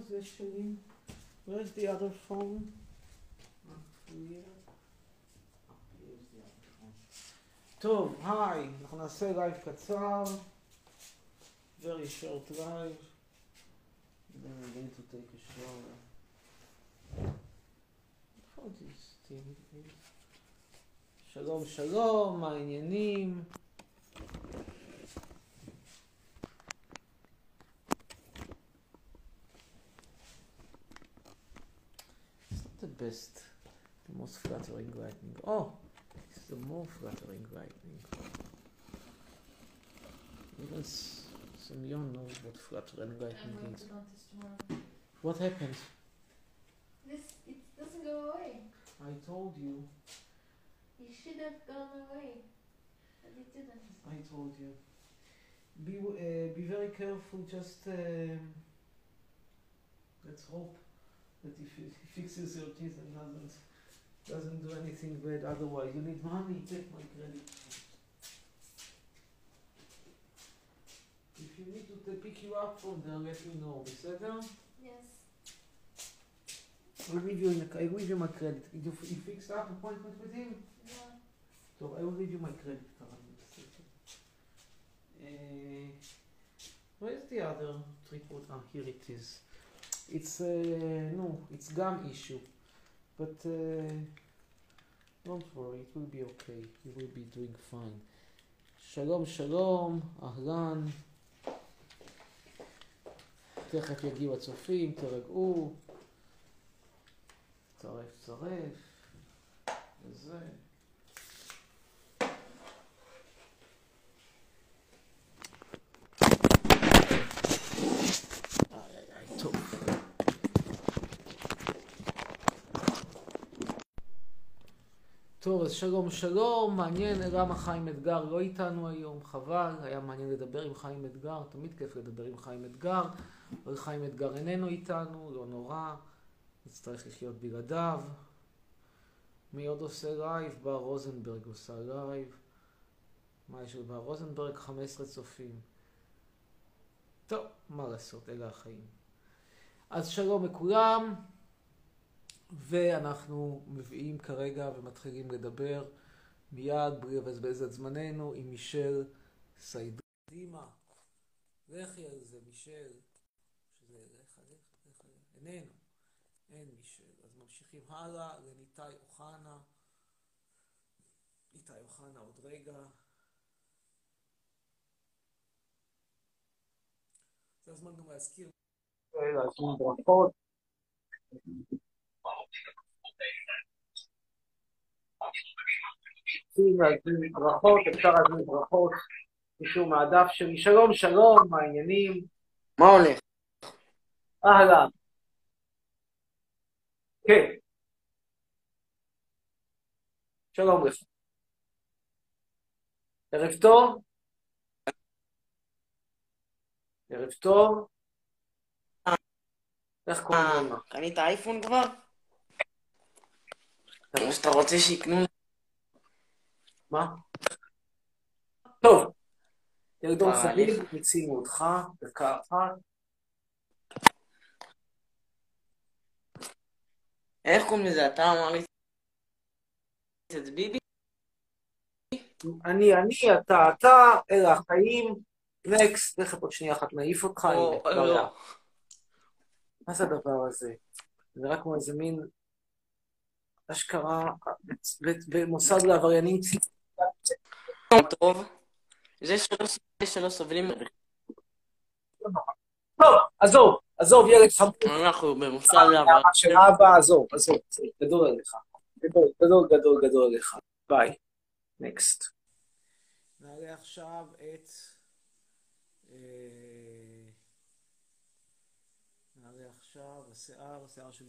זה שלי? Where's the other phone? טוב, היי, אנחנו נעשה לייב קצר. Very short live. Then I'm going to take a shower. How this thing is? שלום שלום, מה העניינים? The best, the most flattering lightning. Oh, it's the more flattering lightning. Even Semyon knows what flattering lightning is. What happened? It doesn't go away. I told you. It should have gone away, but it didn't. I told you. Be very careful. Just let's hope that if he fixes your teeth and doesn't do anything bad. Otherwise, you need money. Take my credit. If you need to pick you up from there, let me know. בסדר? Yes. I will leave you my credit. You fixed up appointment with him? Yeah. So I will leave you my credit card. Where's the other tripod? Ah, here it is. It's no, it's gum issue, but don't worry, it will be okay. You will be doing fine. שלום שלום, אהלן. תכף יגיעו הצופים, תרגעו. צרף, וזה. טוב. טוב, אז שלום שלום, מעניין למה חיים אתגר לא איתנו היום, חבל, היה מעניין לדבר עם חיים אתגר, תמיד כיף לדבר עם חיים אתגר, אבל חיים אתגר איננו איתנו, לא נורא, נצטרך לחיות בלעדיו. מי עוד עושה לייב? בר רוזנברג עושה לייב. מה יש לבר רוזנברג? 15 צופים. טוב, מה לעשות, אלה החיים. אז שלום לכולם. ואנחנו מביאים כרגע ומתחילים לדבר מיד בלי לבזבז את זמננו עם מישל סיידרי. דימה, לכי על זה מישל. שזה לך, איננו. אין מישל. אז ממשיכים הלאה לניתאי אוחנה. ניתאי אוחנה עוד רגע. זה הזמן גם להזכיר. להזמין ברכות. להזמין ברכות, אפשר להזמין ברכות. מישהו מהדף שלי. שלום שלום, מה העניינים? מה הולך? אהלן. כן. שלום לך. ערב טוב? ערב טוב? איך קוראים לך? קנית אייפון כבר? או שאתה רוצה שיקנו? מה? טוב. ילדון חביב, מצינו אותך, דקה אחת. איך קוראים לזה? אתה אמר לי את ביבי? אני, אתה, אלה החיים. נקסט, תכף עוד שנייה אחת נעיף אותך. לא. מה זה הדבר הזה? זה רק כמו איזה מין אשכרה במוסד לעבריינים ציצים. טוב. זה שלא סובלים. טוב, עזוב, ילד חמוד. אנחנו במוסד לעבריינים. של אבא, עזוב, גדול עליך. גדול עליך. ביי. נקסט. נעלה עכשיו את... נעלה עכשיו השיער שלי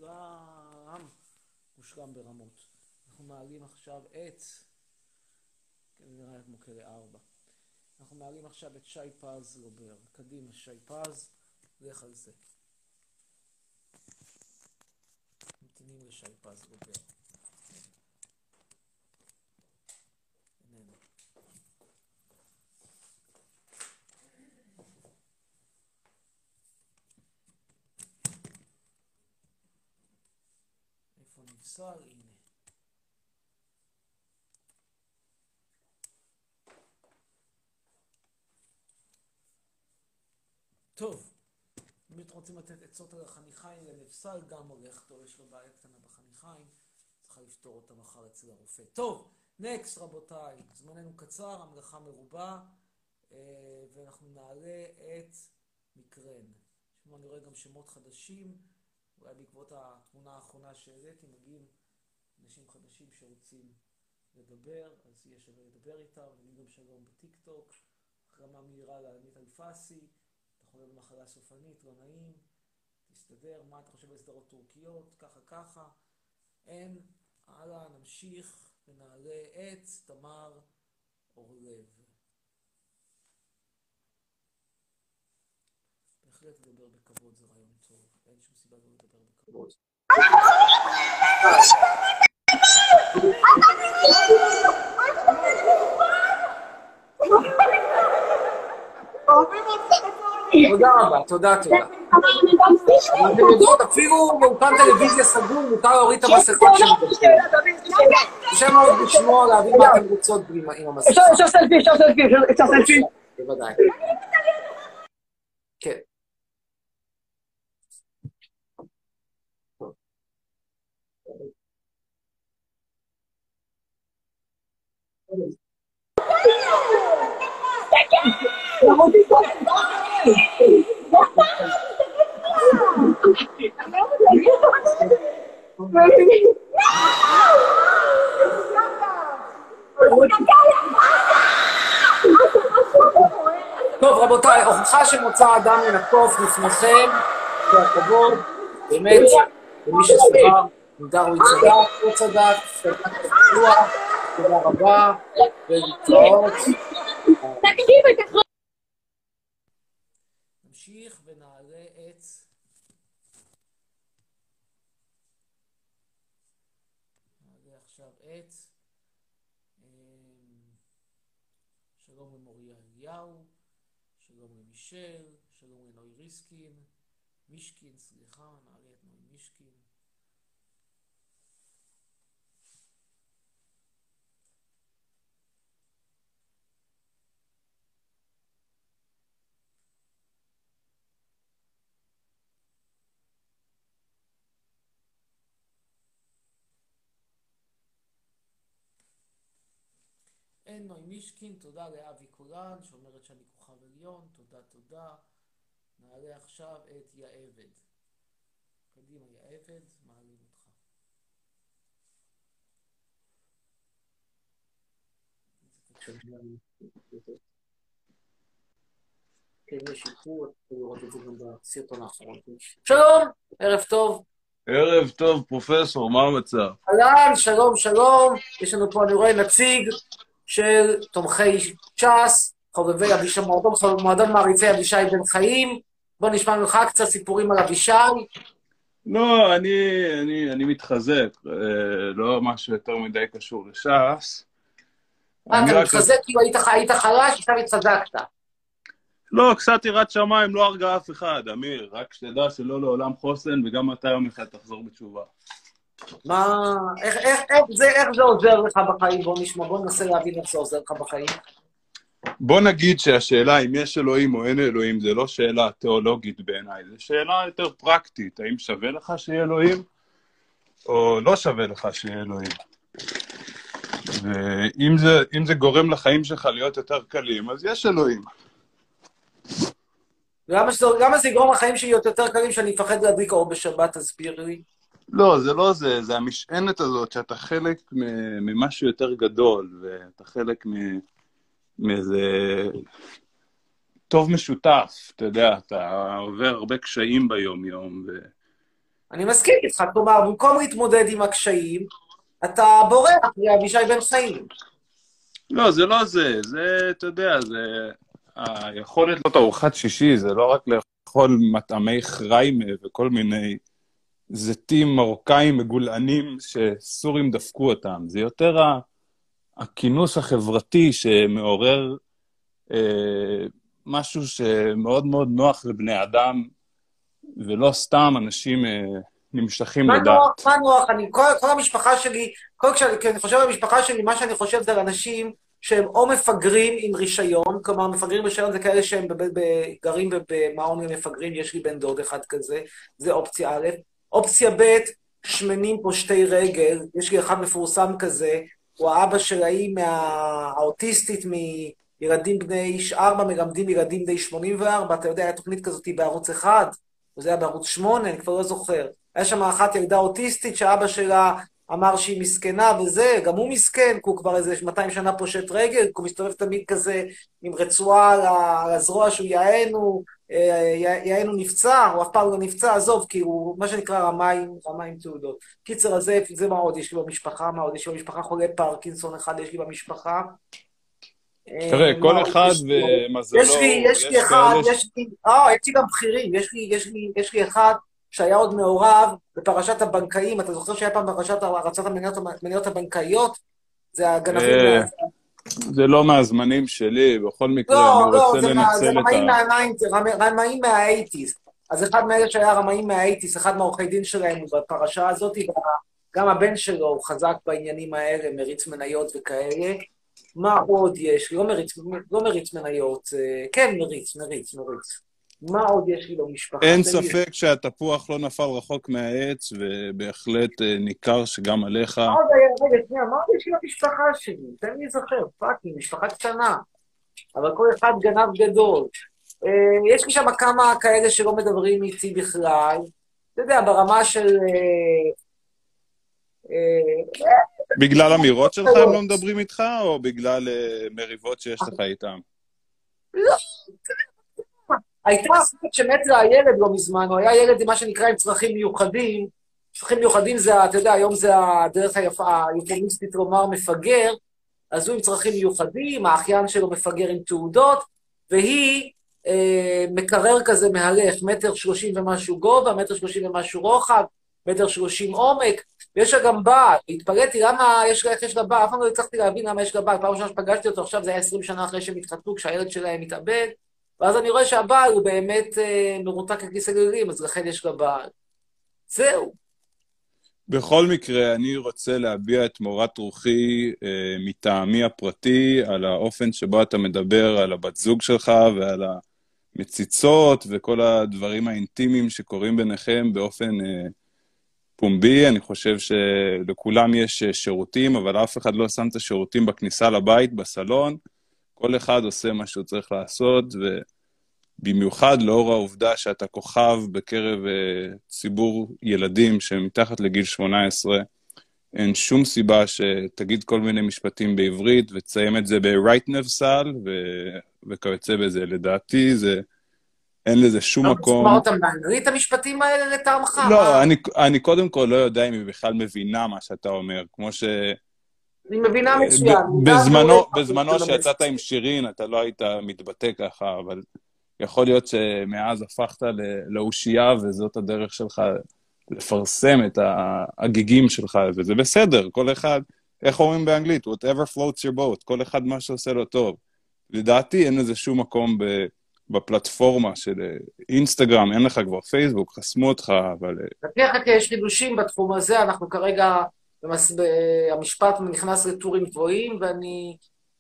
מושלם ברמות. אנחנו מעלים עכשיו את... נראה כמו כאלה 4. אנחנו מעלים עכשיו את שי פז לובר. קדימה שי פז, לך על זה. נתנים לשי פז לובר. איננו. נפסל, הנה. טוב, אם אתם רוצים לתת עצות על החניכיים לנפסל, גם הולך טוב, יש לו בעיה קטנה בחניכיים, צריכה לפתור אותה מחר אצל הרופא. טוב, נקסט רבותיי, זמננו קצר, המלאכה מרובה, ואנחנו נעלה את מקרן. שמו אני רואה גם שמות חדשים, אולי בעקבות התמונה האחרונה שהראיתי, מגיעים אנשים חדשים שרוצים לדבר, אז יהיה שווה לדבר איתם, נגיד גם שלום בטיק-טוק, החרמה מהירה לעמית אלפסי, אתה חולה במחלה סופנית, לא נעים, תסתדר, מה אתה חושב על סדרות טורקיות, ככה, אין, הלאה, נמשיך ונעלה את תמר אורלב. בהחלט לדבר בכבוד זה רעיון טוב, אין שום סיבה לא לדבר בכבוד. תודה רבה, תודה. אתם יודעות, אפילו באולפן טלוויזיה סגור, מותר להוריד את המסכות שלנו. קשה מאוד לשמוע, להבין מה אתם רוצות עם המסכות. אפשר סלפי. בוודאי. כן. טוב רבותיי, הוכחה שמוצא אדם מן הקוף לפניכם, והכבוד, באמת, למי שסבר, נדר הוא צדק, תודה רבה, ולהתראות. נמשיך ונעלה את עכשיו שלום למוריה אליהו, שלום למישל, שלום לנוי ריסקין, נעלה את נוי מישקין. אין נוי מישקין, תודה לאבי קולן שאומרת שאני כוכב עליון, תודה. נעלה עכשיו את יעבד. קדימה יעבד, מעלים אותך. כן, יש שיפור, אתם לראות את זה גם בסרטון האחרון. שלום, ערב טוב. ערב טוב, פרופסור, מה המצב? אהלן, שלום. יש לנו פה, אני רואה, נציג של תומכי ש"ס, חובבי מועדון מעריצי אבישי בן חיים. בוא נשמע ממך קצת סיפורים על אבישי. לא, אני מתחזק, לא משהו יותר מדי קשור לש"ס. אתה מתחזק כאילו היית חלש, עכשיו התחזקת. לא, קצת יראת שמיים, לא הרגה אף אחד, אמיר, רק שתדע שלא לעולם חוסן, וגם אתה יום אחד תחזור בתשובה. מה, איך זה עוזר לך בחיים? בוא ננסה להבין איך זה עוזר לך בחיים. בוא נגיד שהשאלה אם יש אלוהים או אין אלוהים, זה לא שאלה תיאולוגית בעיניי, זה שאלה יותר פרקטית, האם שווה לך שיהיה אלוהים, או לא שווה לך שיהיה אלוהים. ואם זה גורם לחיים שלך להיות יותר קלים, אז יש אלוהים. למה זה יגרום לחיים שלי להיות יותר קלים שאני מפחד להדליק אור בשבת, תסביר לי? לא, זה לא זה, זה המשענת הזאת, שאתה חלק ממשהו יותר גדול, ואתה חלק מאיזה טוב משותף, אתה יודע, אתה עובר הרבה קשיים ביום-יום. אני מסכים איתך, כלומר, במקום להתמודד עם הקשיים, אתה בורח לאבישי בן חיים. לא, זה לא זה, זה, אתה יודע, זה היכולת להיות ארוחת שישי, זה לא רק לאכול מטעמי חריימה וכל מיני זיתים מרוקאים מגולענים שסורים דפקו אותם. זה יותר הכינוס החברתי שמעורר משהו שמאוד מאוד נוח לבני אדם, ולא סתם אנשים נמשכים מה לדעת. נוח, מה נוח, כל המשפחה שלי, כשאני חושב על המשפחה שלי, מה שאני חושב זה על אנשים שהם או מפגרים עם רישיון, כלומר מפגרים עם רישיון זה כאלה שהם גרים במעון למפגרים, יש לי בן דוד אחד כזה, זה אופציה א', אופציה ב', שמנים פושטי רגל, יש לי אחד מפורסם כזה, הוא האבא של האם האוטיסטית מילדים בני 4, מלמדים ילדים בני 84, אתה יודע, היה תוכנית כזאת בערוץ 1, וזה היה בערוץ 8, אני כבר לא זוכר. היה שם אחת ילדה אוטיסטית שאבא שלה אמר שהיא מסכנה וזה, גם הוא מסכן, כי הוא כבר איזה 200 שנה פושט רגל, כי הוא מסתובב תמיד כזה עם רצועה על הזרוע שהוא יענו נפצע, הוא אף פעם לא נפצע, עזוב, כי הוא מה שנקרא רמיים תעודות. קיצר הזה, זה מה עוד יש לי במשפחה, מה עוד יש לי במשפחה, חולה פרקינסון אחד יש לי במשפחה. תראה, כל אחד ומזלו, יש לי אחד, יש לי גם בכירים, יש לי אחד שהיה עוד מעורב בפרשת הבנקאים, אתה זוכר שהיה פעם פרשת הרצת המניות הבנקאיות? זה הגנבים. זה לא מהזמנים שלי, בכל מקרה אני רוצה לנצל את זה רמאים מה-80's. אז אחד מאלה שהיה רמאים מה-80's, אחד מהעורכי דין שלהם הוא בפרשה הזאת, גם הבן שלו הוא חזק בעניינים האלה, מריץ מניות וכאלה. מה עוד יש לי? לא מריץ מניות, כן מריץ. מה עוד יש לי במשפחה? אין ספק שהתפוח לא נפל רחוק מהעץ, ובהחלט ניכר שגם עליך... רגע, שנייה, מה עוד יש לי במשפחה שלי? תן לי זכר, פאקינג, משפחה קטנה. אבל כל אחד גנב גדול. יש לי שם כמה כאלה שלא מדברים איתי בכלל. אתה יודע, ברמה של... בגלל אמירות שלך הם לא מדברים איתך, או בגלל מריבות שיש לך איתם? לא, הייתה אחת שמת לה הילד לא מזמן, הוא היה ילד עם מה שנקרא עם צרכים מיוחדים. צרכים מיוחדים זה, אתה יודע, היום זה הדרך היופמיסטית לומר מפגר, אז הוא עם צרכים מיוחדים, האחיין שלו מפגר עם תעודות, והיא מקרר כזה מהלך, 1.30 מטר ומשהו גובה, 1.30 מטר ומשהו רוחב, 1.30 מטר עומק, ויש לה גם בעל. התפלאתי למה יש לה בעל, אף פעם לא הצלחתי להבין למה יש לה בעל, פעם ראשונה שפגשתי אותו, עכשיו זה היה 20 שנה אחרי שהם התחתנו, כשהילד שלהם מתאבד, ואז אני רואה שהבעל הוא באמת מרותק לכיסא גלגלים, אז לכן יש לה בעל. זהו. בכל מקרה, אני רוצה להביע את מורת רוחי מטעמי הפרטי, על האופן שבו אתה מדבר על הבת זוג שלך, ועל המציצות, וכל הדברים האינטימיים שקורים ביניכם באופן פומבי. אני חושב שלכולם יש שירותים, אבל אף אחד לא שם את השירותים בכניסה לבית, בסלון. כל אחד עושה מה שהוא צריך לעשות, ובמיוחד לאור העובדה שאתה כוכב בקרב ציבור ילדים שמתחת לגיל 18, אין שום סיבה שתגיד כל מיני משפטים בעברית, ותסיים את זה ברייטנבסל, וכיוצא בזה. לדעתי, אין לזה שום מקום. מה אותם באנגלית המשפטים האלה לטעמך? לא, אני קודם כל לא יודע אם היא בכלל מבינה מה שאתה אומר, כמו ש... אני מבינה מצוין. בזמנו שיצאת עם שירין, אתה לא היית מתבטא ככה, אבל יכול להיות שמאז הפכת לאושייה, וזאת הדרך שלך לפרסם את הגיגים שלך, וזה בסדר, כל אחד, איך אומרים באנגלית? Whatever floats your boat, כל אחד מה שעושה לו טוב. לדעתי אין לזה שום מקום בפלטפורמה של אינסטגרם, אין לך כבר פייסבוק, חסמו אותך, אבל... חכה, יש חידושים בתחום הזה, אנחנו כרגע... המשפט נכנס לטורים גבוהים, ואני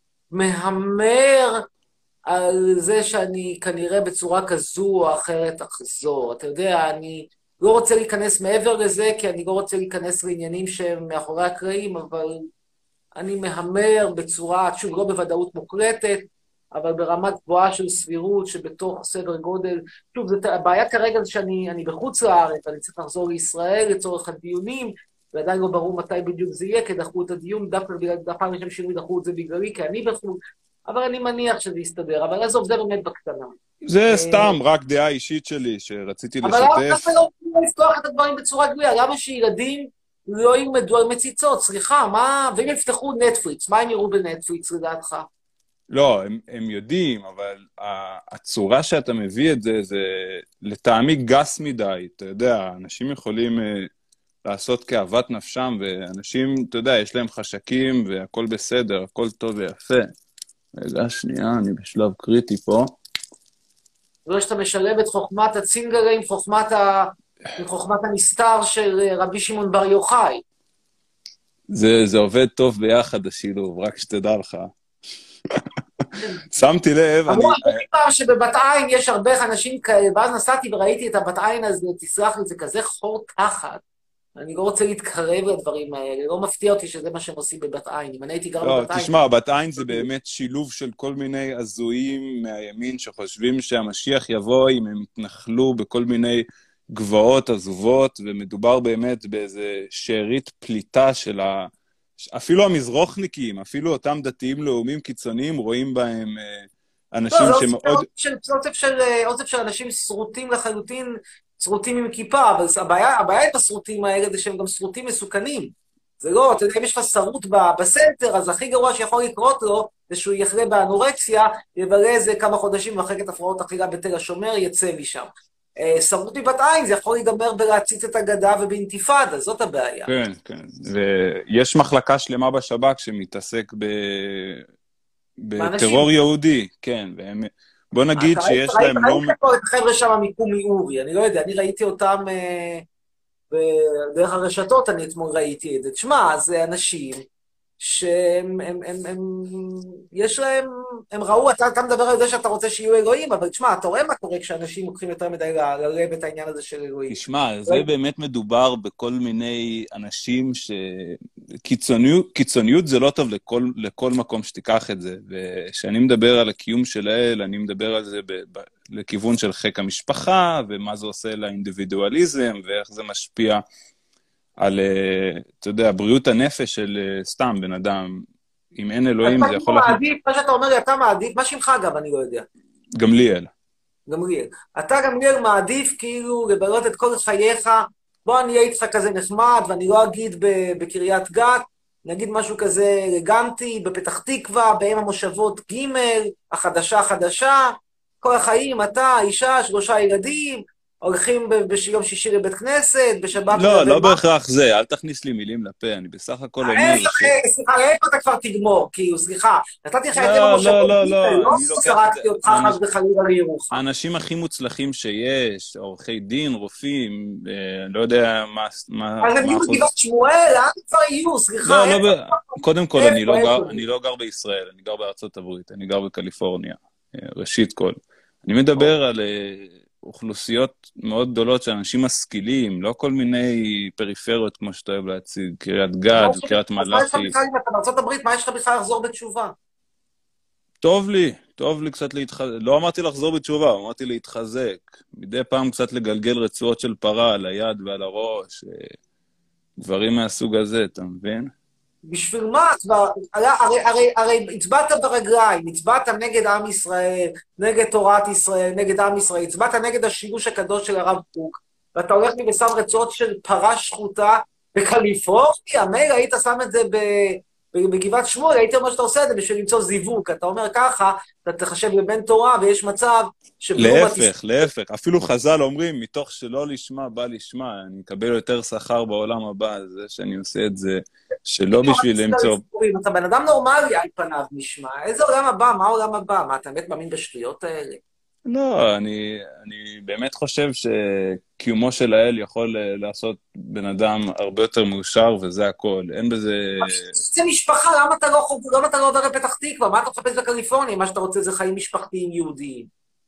מהמר על זה שאני כנראה בצורה כזו או אחרת אחזור. אתה יודע, אני לא רוצה להיכנס מעבר לזה, כי אני לא רוצה להיכנס לעניינים שהם מאחורי הקרעים, אבל אני מהמר בצורה, שוב, לא בוודאות מוקלטת, אבל ברמת גבוהה של סבירות, שבתוך סדר גודל, שוב, הבעיה כרגע זה שאני בחוץ לארץ, אני צריך לחזור לישראל לצורך הדיונים, ועדיין לא ברור מתי בדיוק זה יהיה, כי דחו את הדיון, דווקא פעם ראשונה שינוי דחו את זה בגללי, כי אני בחוץ, אבל אני מניח שזה יסתדר, אבל עזוב, זה באמת בקטנה. זה סתם, רק דעה אישית שלי, שרציתי לשתף. אבל למה לא רוצים לפתוח את הדברים בצורה גלויה? למה שילדים לא ילמדו על מציצות? סליחה, מה... ואם יפתחו נטפליקס, מה הם יראו בנטפליקס, לדעתך? לא, הם יודעים, אבל הצורה שאתה מביא את זה, זה לטעמי גס מדי, אתה יודע, אנשים יכולים... לעשות כאוות נפשם, ואנשים, אתה יודע, יש להם חשקים, והכל בסדר, הכל טוב ויפה. רגע, שנייה, אני בשלב קריטי פה. לא שאתה משלב את חוכמת הצינגרים, חוכמת עם חוכמת הנסתר של רבי שמעון בר יוחאי. זה עובד טוב ביחד, השילוב, רק שתדע לך. שמתי לב, אמרו לי פעם שבבת עין יש הרבה אנשים כאלה, ואז נסעתי וראיתי את הבת עין הזה, תסלח לי, זה כזה חור תחת. אני לא רוצה להתקרב לדברים האלה, לא מפתיע אותי שזה מה שהם עושים בבת עין. אם אני הייתי גר בבת עין... תשמע, בת עין זה באמת שילוב של כל מיני הזויים מהימין שחושבים שהמשיח יבוא אם הם יתנחלו בכל מיני גבעות עזובות, ומדובר באמת באיזה שארית פליטה של אפילו המזרוחניקים, אפילו אותם דתיים לאומיים קיצוניים, רואים בהם אנשים שמאוד... זה אוסף של אנשים סרוטים לחלוטין, סרוטים עם כיפה, אבל הבעיה עם הסרוטים האלה זה שהם גם סרוטים מסוכנים. זה לא, אתה יודע, אם יש לך סרוט בסנטר, אז הכי גרוע שיכול לקרות לו, זה שהוא יחלה באנורקסיה, יבלה איזה כמה חודשים במחלקת הפרעות אכילה בתל השומר, יצא משם. סרוט מבת עין, זה יכול להיגמר בלהציץ את הגדה ובאינתיפאדה, זאת הבעיה. כן, כן. ויש מחלקה שלמה בשב"כ שמתעסק בטרור יהודי, כן, והם... בוא נגיד שיש להם לא... ראית פה את חבר'ה שם מקומי אורי, אני לא יודע, אני ראיתי אותם בדרך הרשתות, אני אתמול ראיתי את זה. תשמע, זה אנשים שהם, יש להם, הם ראו, אתה מדבר על זה שאתה רוצה שיהיו אלוהים, אבל תשמע, אתה רואה מה קורה כשאנשים לוקחים יותר מדי ללב את העניין הזה של אלוהים. תשמע, זה באמת מדובר בכל מיני אנשים קיצוניות זה לא טוב לכל מקום שתיקח את זה, וכשאני מדבר על הקיום של האל, אני מדבר על זה לכיוון של חיק המשפחה, ומה זה עושה לאינדיבידואליזם, ואיך זה משפיע על, אתה יודע, בריאות הנפש של סתם בן אדם. אם אין אלוהים זה יכול... מה שאתה אומר לי, אתה מעדיף, מה שמך אגב, אני לא יודע. גמליאל. גמליאל. אתה גמליאל מעדיף כאילו לבלות את כל חייך, בוא אני אהיה איתך כזה נחמד, ואני לא אגיד בקריית גת, נגיד משהו כזה אלגנטי, בפתח תקווה, באם המושבות ג' החדשה, כל החיים, אתה, אישה, 3 ילדים, הולכים ביום שישי לבית כנסת, בשבת... לא בהכרח זה, אל תכניס לי מילים לפה, אני בסך הכל אומר... סליחה, איפה אתה כבר תגמור, כאילו, סליחה, נתתי לך את זה במושבות, לא סרקתי אותך חס וחלילה לירוחם. האנשים הכי מוצלחים שיש, עורכי דין, רופאים, לא יודע מה... אז הם יהיו בגבעת שמואל, לאן כבר יהיו, סליחה. קודם כל, אני לא גר בישראל, אני גר בארצות הברית, אני גר בקליפורניה, ראשית כל. אני מדבר על... אוכלוסיות מאוד גדולות של אנשים משכילים, לא כל מיני פריפריות כמו שאתה אוהב להציג, קריית גת, קריית מלאכי. אז מה יש לך בכלל, בארצות הברית, מה יש לך בכלל לחזור בתשובה? טוב לי קצת להתחזק, לא אמרתי לחזור בתשובה, אמרתי להתחזק, מדי פעם קצת לגלגל רצועות של פרה על היד ועל הראש, דברים מהסוג הזה, אתה מבין? בשביל מה? הרי הצבעת ברגליים, הצבעת נגד עם ישראל, נגד תורת ישראל, נגד עם ישראל, הצבעת נגד השימוש הקדוש של הרב קוק, ואתה הולך לי ושם רצועות של פרה שחוטה בקליפורניה, מילא היית שם את זה בגבעת שמואל, היית אומר שאתה עושה את זה בשביל למצוא זיווג, אתה אומר ככה, אתה תחשב לבן תורה, ויש מצב להפך, אפילו חז"ל אומרים, מתוך שלא לשמה בא לשמה, אני אקבל יותר שכר בעולם הבא, זה שאני עושה את זה, שלא בשביל למצוא... אתה בן אדם נורמלי על פניו נשמע, איזה עולם הבא, מה העולם הבא? מה, אתה באמת מאמין בשטויות האלה? לא, אני באמת חושב שקיומו של האל יכול לעשות בן אדם הרבה יותר מאושר, וזה הכל. אין בזה... זה משפחה, למה אתה לא עובר לפתח תקווה? מה אתה מחפש בקליפורניה? מה שאתה רוצה זה חיים משפחתיים יהודיים.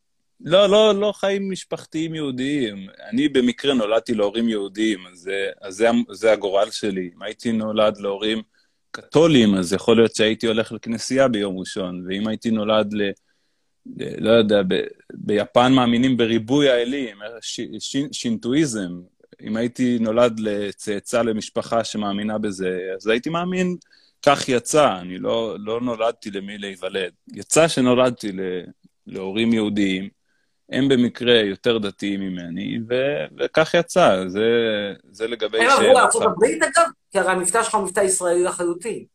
לא חיים משפחתיים יהודיים. אני במקרה נולדתי להורים יהודיים, אז זה הגורל שלי. אם הייתי נולד להורים קתולים, אז יכול להיות שהייתי הולך לכנסייה ביום ראשון, ואם הייתי נולד לא יודע, ביפן מאמינים בריבוי האלים, שינטואיזם. אם הייתי נולד לצאצא למשפחה שמאמינה בזה, אז הייתי מאמין, כך יצא, אני לא נולדתי למי להיוולד. יצא שנולדתי להורים יהודיים, הם במקרה יותר דתיים ממני, וכך יצא, זה לגבי הם עברו לארצות הברית אגב? כי הרי המבטא שלך הוא מבטא ישראלי לחלוטין.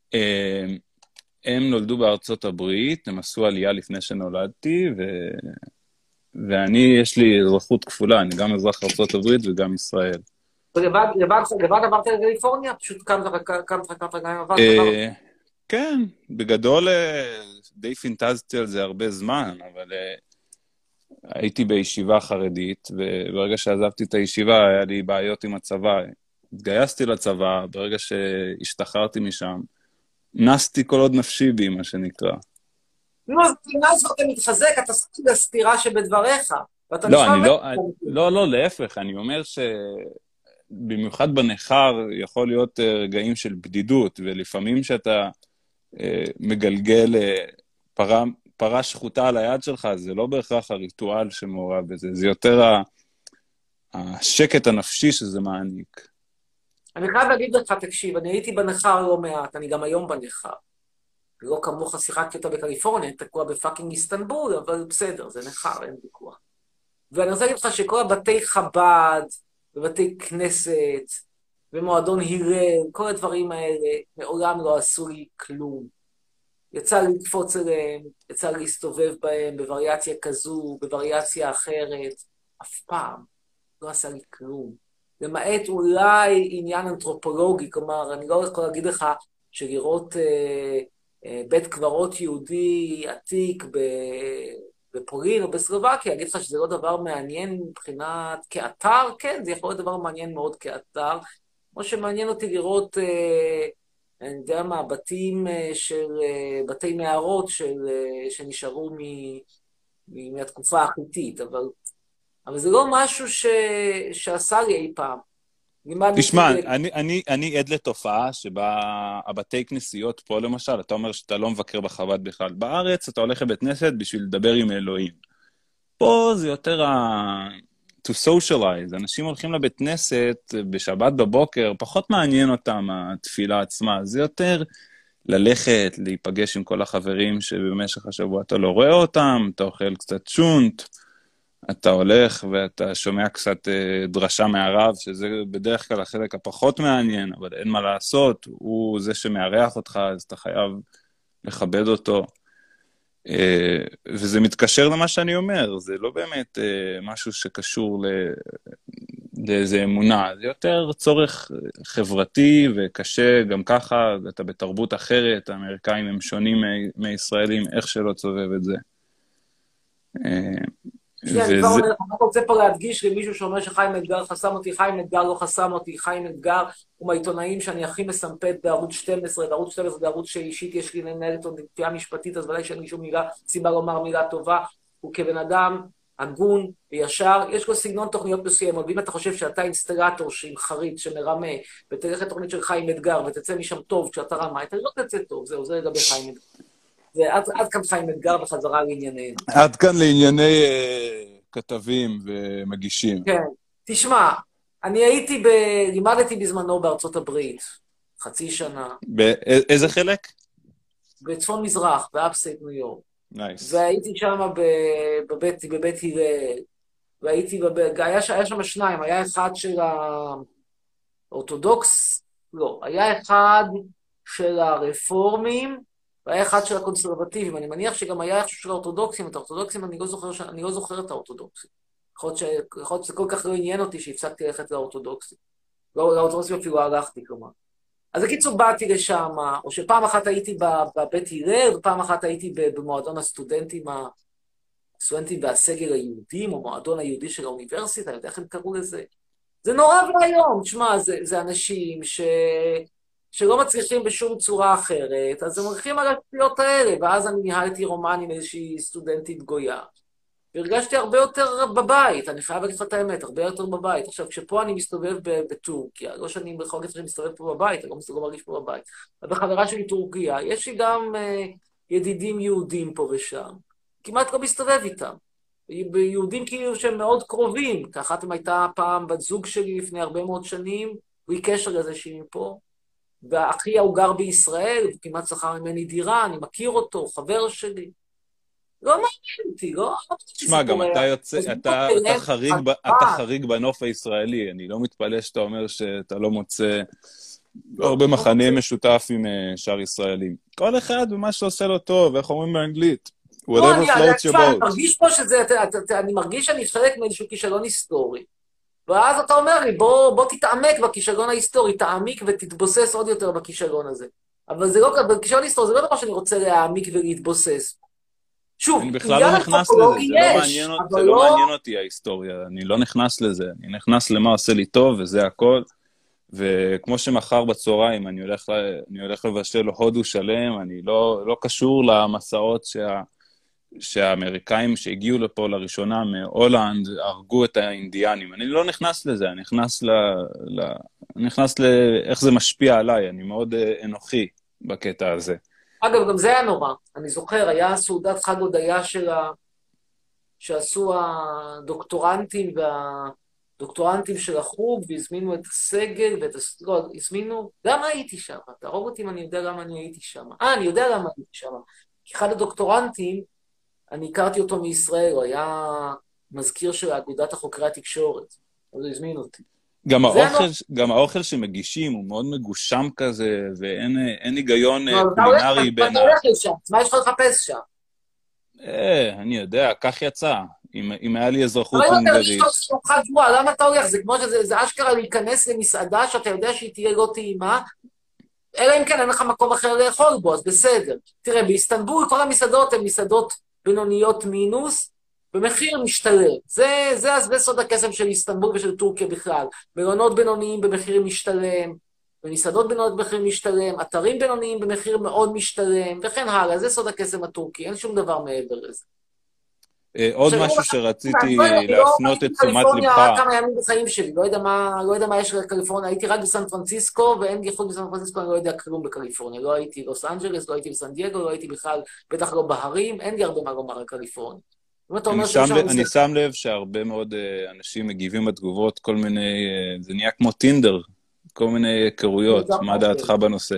הם נולדו בארצות הברית, הם עשו עלייה לפני שנולדתי, ואני, יש לי אזרחות כפולה, אני גם אזרח ארצות הברית וגם ישראל. לבד עברת לקליפורניה? פשוט כמה רגעים עברת? כן, בגדול די פינטזתי על זה הרבה זמן, אבל הייתי בישיבה חרדית, וברגע שעזבתי את הישיבה, היה לי בעיות עם הצבא. התגייסתי לצבא, ברגע שהשתחררתי משם, נסתי כל עוד נפשי בי, מה שנקרא. נו, אז אז אתה מתחזק, אתה שם את הסתירה שבדבריך, ואתה לא, נשמע... אני לא, להפך, אני אומר שבמיוחד בנחר יכול להיות רגעים של בדידות, ולפעמים שאתה מגלגל פרה שחוטה על היד שלך, זה לא בהכרח הריטואל שמעורב בזה, זה יותר השקט הנפשי שזה מעניק. אני חייב להגיד לך, תקשיב, אני הייתי בנחר לא מעט, אני גם היום בנחר. לא כמוך שיחקתי אותה בקליפורניה, תקוע בפאקינג איסטנבול, אבל בסדר, זה נחר, אין ויכוח. ואני רוצה להגיד לך שכל הבתי חב"ד, ובתי כנסת, ומועדון הירל, כל הדברים האלה, מעולם לא עשו לי כלום. יצא לי לקפוץ אליהם, יצא לי להסתובב בהם, בווריאציה כזו, בווריאציה אחרת, אף פעם לא עשה לי כלום. למעט אולי עניין אנתרופולוגי, כלומר, אני לא יכול להגיד לך שלראות בית קברות יהודי עתיק בפולין או בסלובקיה, אגיד לך שזה לא דבר מעניין מבחינת כאתר, כן, זה יכול להיות דבר מעניין מאוד כאתר, כמו שמעניין אותי לראות, אני יודע מה, בתים של, בתי מערות שנשארו מהתקופה החיתית, אבל זה לא משהו שעשה לי אי פעם. תשמע, אני עד לתופעה שבה הבתי כנסיות פה למשל, אתה אומר שאתה לא מבקר בחב"ד בכלל. בארץ אתה הולך לבית כנסת בשביל לדבר עם אלוהים. פה זה יותר to socialize. אנשים הולכים לבית כנסת בשבת בבוקר, פחות מעניין אותם התפילה עצמה. זה יותר ללכת, להיפגש עם כל החברים שבמשך השבוע אתה לא רואה אותם, אתה אוכל קצת שונט, אתה הולך ואתה שומע קצת דרשה מהרב, שזה בדרך כלל החלק הפחות מעניין, אבל אין מה לעשות, הוא זה שמארח אותך, אז אתה חייב לכבד אותו. וזה מתקשר למה שאני אומר, זה לא באמת משהו שקשור לאיזה אמונה, זה יותר צורך חברתי וקשה, גם ככה אתה בתרבות אחרת, האמריקאים הם שונים מישראלים, איך שלא תסובב את זה. אני רוצה פה להדגיש למישהו שאומר שחיים אתגר חסם אותי, חיים אתגר לא חסם אותי, חיים אתגר הוא מהעיתונאים שאני הכי מסמפת בערוץ 12, בערוץ 12 זה ערוץ שאישית יש לי לנהלת עוד נטייה משפטית, אז ודאי שאין לי שום סיבה לומר מילה טובה, הוא כבן אדם הגון וישר, יש לו סגנון תוכניות מסוימות, ואם אתה חושב שאתה אינסטלטור עם חריץ שמרמה, ותלך לתוכנית של חיים אתגר ותצא משם טוב כשאתה רמה, אתה לא תצא טוב, זהו, זה לגבי חיים אתגר. ועד כאן חיים אתגר בחזרה לעניינינו. עד כאן לענייני כתבים ומגישים. כן. תשמע, אני לימדתי בזמנו בארצות הברית, חצי שנה. באיזה חלק? בצפון מזרח, באפסייט ניו יורק. נייס. והייתי שם בבית הירל, והייתי היה שם שניים, היה אחד של האורתודוקס, לא, היה אחד של הרפורמים, והיה אחד של הקונסרבטיבים. אני מניח שגם היה אחד של האורתודוקסים. את האורתודוקסים אני לא זוכר את האורתודוקסים. יכול להיות שזה כל כך לא עניין אותי שהפסקתי ללכת לאורתודוקסים. לאורתודוקסים אפילו הלכתי, כלומר. אז בקיצור באתי לשם, או שפעם אחת הייתי בבית הירל, ופעם אחת הייתי במועדון הסטודנטים והסגל היהודים, או מועדון היהודי של האוניברסיטה, אני יודע איך הם קראו לזה. זה נורא והיום, תשמע, זה אנשים שלא מצליחים בשום צורה אחרת, אז הם הולכים על השטויות האלה, ואז אני ניהלתי רומן עם איזושהי סטודנטית גויה, והרגשתי הרבה יותר בבית, אני חייב להגיד לך את האמת, הרבה יותר בבית. עכשיו, כשפה אני מסתובב בטורקיה, לא שאני בכל זאת מסתובב פה בבית, אני לא מרגיש פה בבית, אבל בחברה שלי טורקיה, יש לי גם ידידים יהודים פה ושם, כמעט לא מסתובב איתם. יהודים כאילו שהם מאוד קרובים, כאחת הייתה פעם בת זוג שלי לפני הרבה מאוד שנים, בלי קשר לזה שהיא מפה, ואחי הוא גר בישראל, הוא כמעט שכר ממני דירה, אני מכיר אותו, חבר שלי. לא מעניין אותי, לא? תשמע, גם אתה יוצא, אתה חריג בנוף הישראלי, אני לא מתפלא שאתה אומר שאתה לא מוצא הרבה מחנה משותף עם שאר ישראלים. כל אחד ומה שעושה לו טוב, איך אומרים באנגלית? whatever floats your boat. אני מרגיש פה שזה, אני מרגיש שאני חלק מאיזשהו כישלון היסטורי. ואז אתה אומר לי, בוא תתעמק בכישלון ההיסטורי, תעמיק ותתבוסס עוד יותר בכישלון הזה. אבל זה לא, בכישלון היסטורי זה לא דבר שאני רוצה להעמיק ולהתבוסס. שוב, אני בכלל לא נכנס לזה, זה אבל לא מעניין אותי ההיסטוריה, אני לא נכנס לזה, אני נכנס למה עושה לי טוב וזה הכל, וכמו שמחר בצהריים אני הולך לבשל הודו שלם, אני לא קשור למסעות שהאמריקאים שהגיעו לפה לראשונה מהולנד הרגו את האינדיאנים, אני לא נכנס לזה, אני נכנס לאיך זה משפיע עליי, אני מאוד אנוכי בקטע הזה. אגב, גם זה היה נורא. אני זוכר, היה סעודת חג הודיה שעשו הדוקטורנטים של החוג, והזמינו את הסגל, לא, הזמינו, למה הייתי שם? תהרוג אותי אם אני יודע למה אני הייתי שם. אני יודע למה הייתי שם. כי אחד הדוקטורנטים, אני הכרתי אותו מישראל, הוא היה מזכיר של אגודת החוקרי התקשורת. אז הוא הזמין אותי. גם האוכל שמגישים הוא מאוד מגושם כזה, ואין היגיון קולינרי בין... אתה הולך לשם, מה יש לך לחפש שם? אני יודע, כך יצא. אם היה לי אזרחות הונגרית. למה אתה הולך? זה כמו שזה אשכרה להיכנס למסעדה שאתה יודע שהיא תהיה לא טעימה, אלא אם כן אין לך מקום אחר לאכול בו, אז בסדר. תראה, באיסטנבול כל המסעדות הן מסעדות בינוניות מינוס, במחיר משתלם. זה סוד הקסם של איסטנבול ושל טורקיה בכלל. מלונות בינוניים במחיר משתלם, ומסעדות בינוניות במחיר משתלם, אתרים בינוניים במחיר מאוד משתלם, וכן הלאה. זה סוד הקסם הטורקי, אין שום דבר מעבר לזה. עוד משהו שרציתי להפנות את תשומת לבך. רק כמה ימים בחיים שלי, לא יודע מה יש לקליפורניה, הייתי רק בסן פרנסיסקו, ואין ייחוד בסן פרנסיסקו, אני לא יודע כלום בקליפורניה. לא הייתי בלוס אנג'לס, לא הייתי בסן דייגו, לא הייתי בכלל, בטח לא בהרים, אין לי הרבה מה לומר על קליפורניה. אני שם לב שהרבה מאוד אנשים מגיבים בתגובות, כל מיני, זה נהיה כמו טינדר, כל מיני היכרויות, מה דעתך בנושא?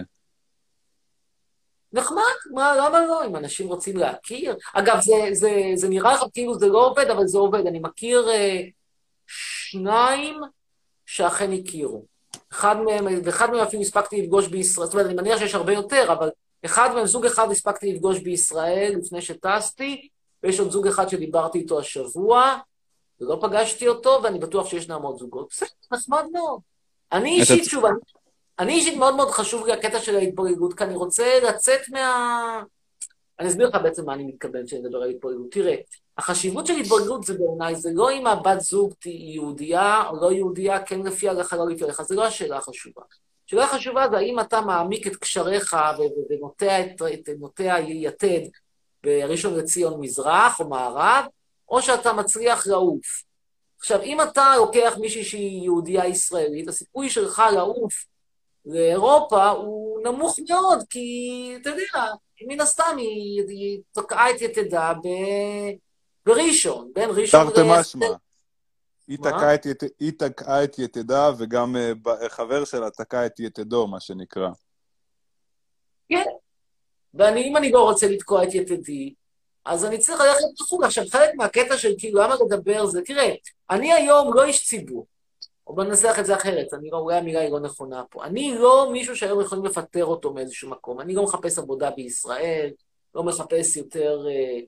נחמד, למה לא? אם אנשים רוצים להכיר. אגב, זה נראה לך כאילו זה לא עובד, אבל זה עובד. אני מכיר שניים שאכן הכירו. אחד מהם אפילו הספקתי לפגוש בישראל, זאת אומרת, אני מניח שיש הרבה יותר, אבל זוג אחד הספקתי לפגוש בישראל לפני שטסתי, ויש עוד זוג אחד שדיברתי איתו השבוע, ולא פגשתי אותו, ואני בטוח שישנם עוד זוגות. בסדר, נחמד מאוד. אני אישית מאוד מאוד חשוב לי הקטע של ההתבוללות, כי אני רוצה לצאת אני אסביר לך בעצם מה אני מתכוון כשאני מדבר על התבוללות. תראה, החשיבות של התבוללות זה בעיניי, זה לא אם הבת זוג תהיה יהודייה או לא יהודייה, כן לפי הלכה, לא לפי הלכה, זה לא השאלה החשובה. השאלה החשובה זה האם אתה מעמיק את קשריך ונוטע יתד בראשון לציון מזרח או מערב, או שאתה מצליח לעוף. עכשיו, אם אתה לוקח מישהי שהיא יהודייה ישראלית, הסיכוי שלך לעוף לאירופה הוא נמוך מאוד, כי אתה יודע, מן הסתם היא תקעה את יתדה בראשון, בין ראשון תרתי משמע. היא תקעה את יתדה, וגם חבר שלה תקע את יתדו, מה שנקרא. כן, ואם אני לא רוצה לתקוע את יתדי, אז אני צריך ללכת לחוג. עכשיו, חלק מהקטע של כאילו, למה לדבר זה, תראה, אני היום לא איש ציבור, או בננסח את זה אחרת, אולי המילה היא לא נכונה פה. אני לא מישהו שהיום יכולים לפטר אותו מאיזשהו מקום. אני לא מחפש עבודה בישראל, לא מחפש יותר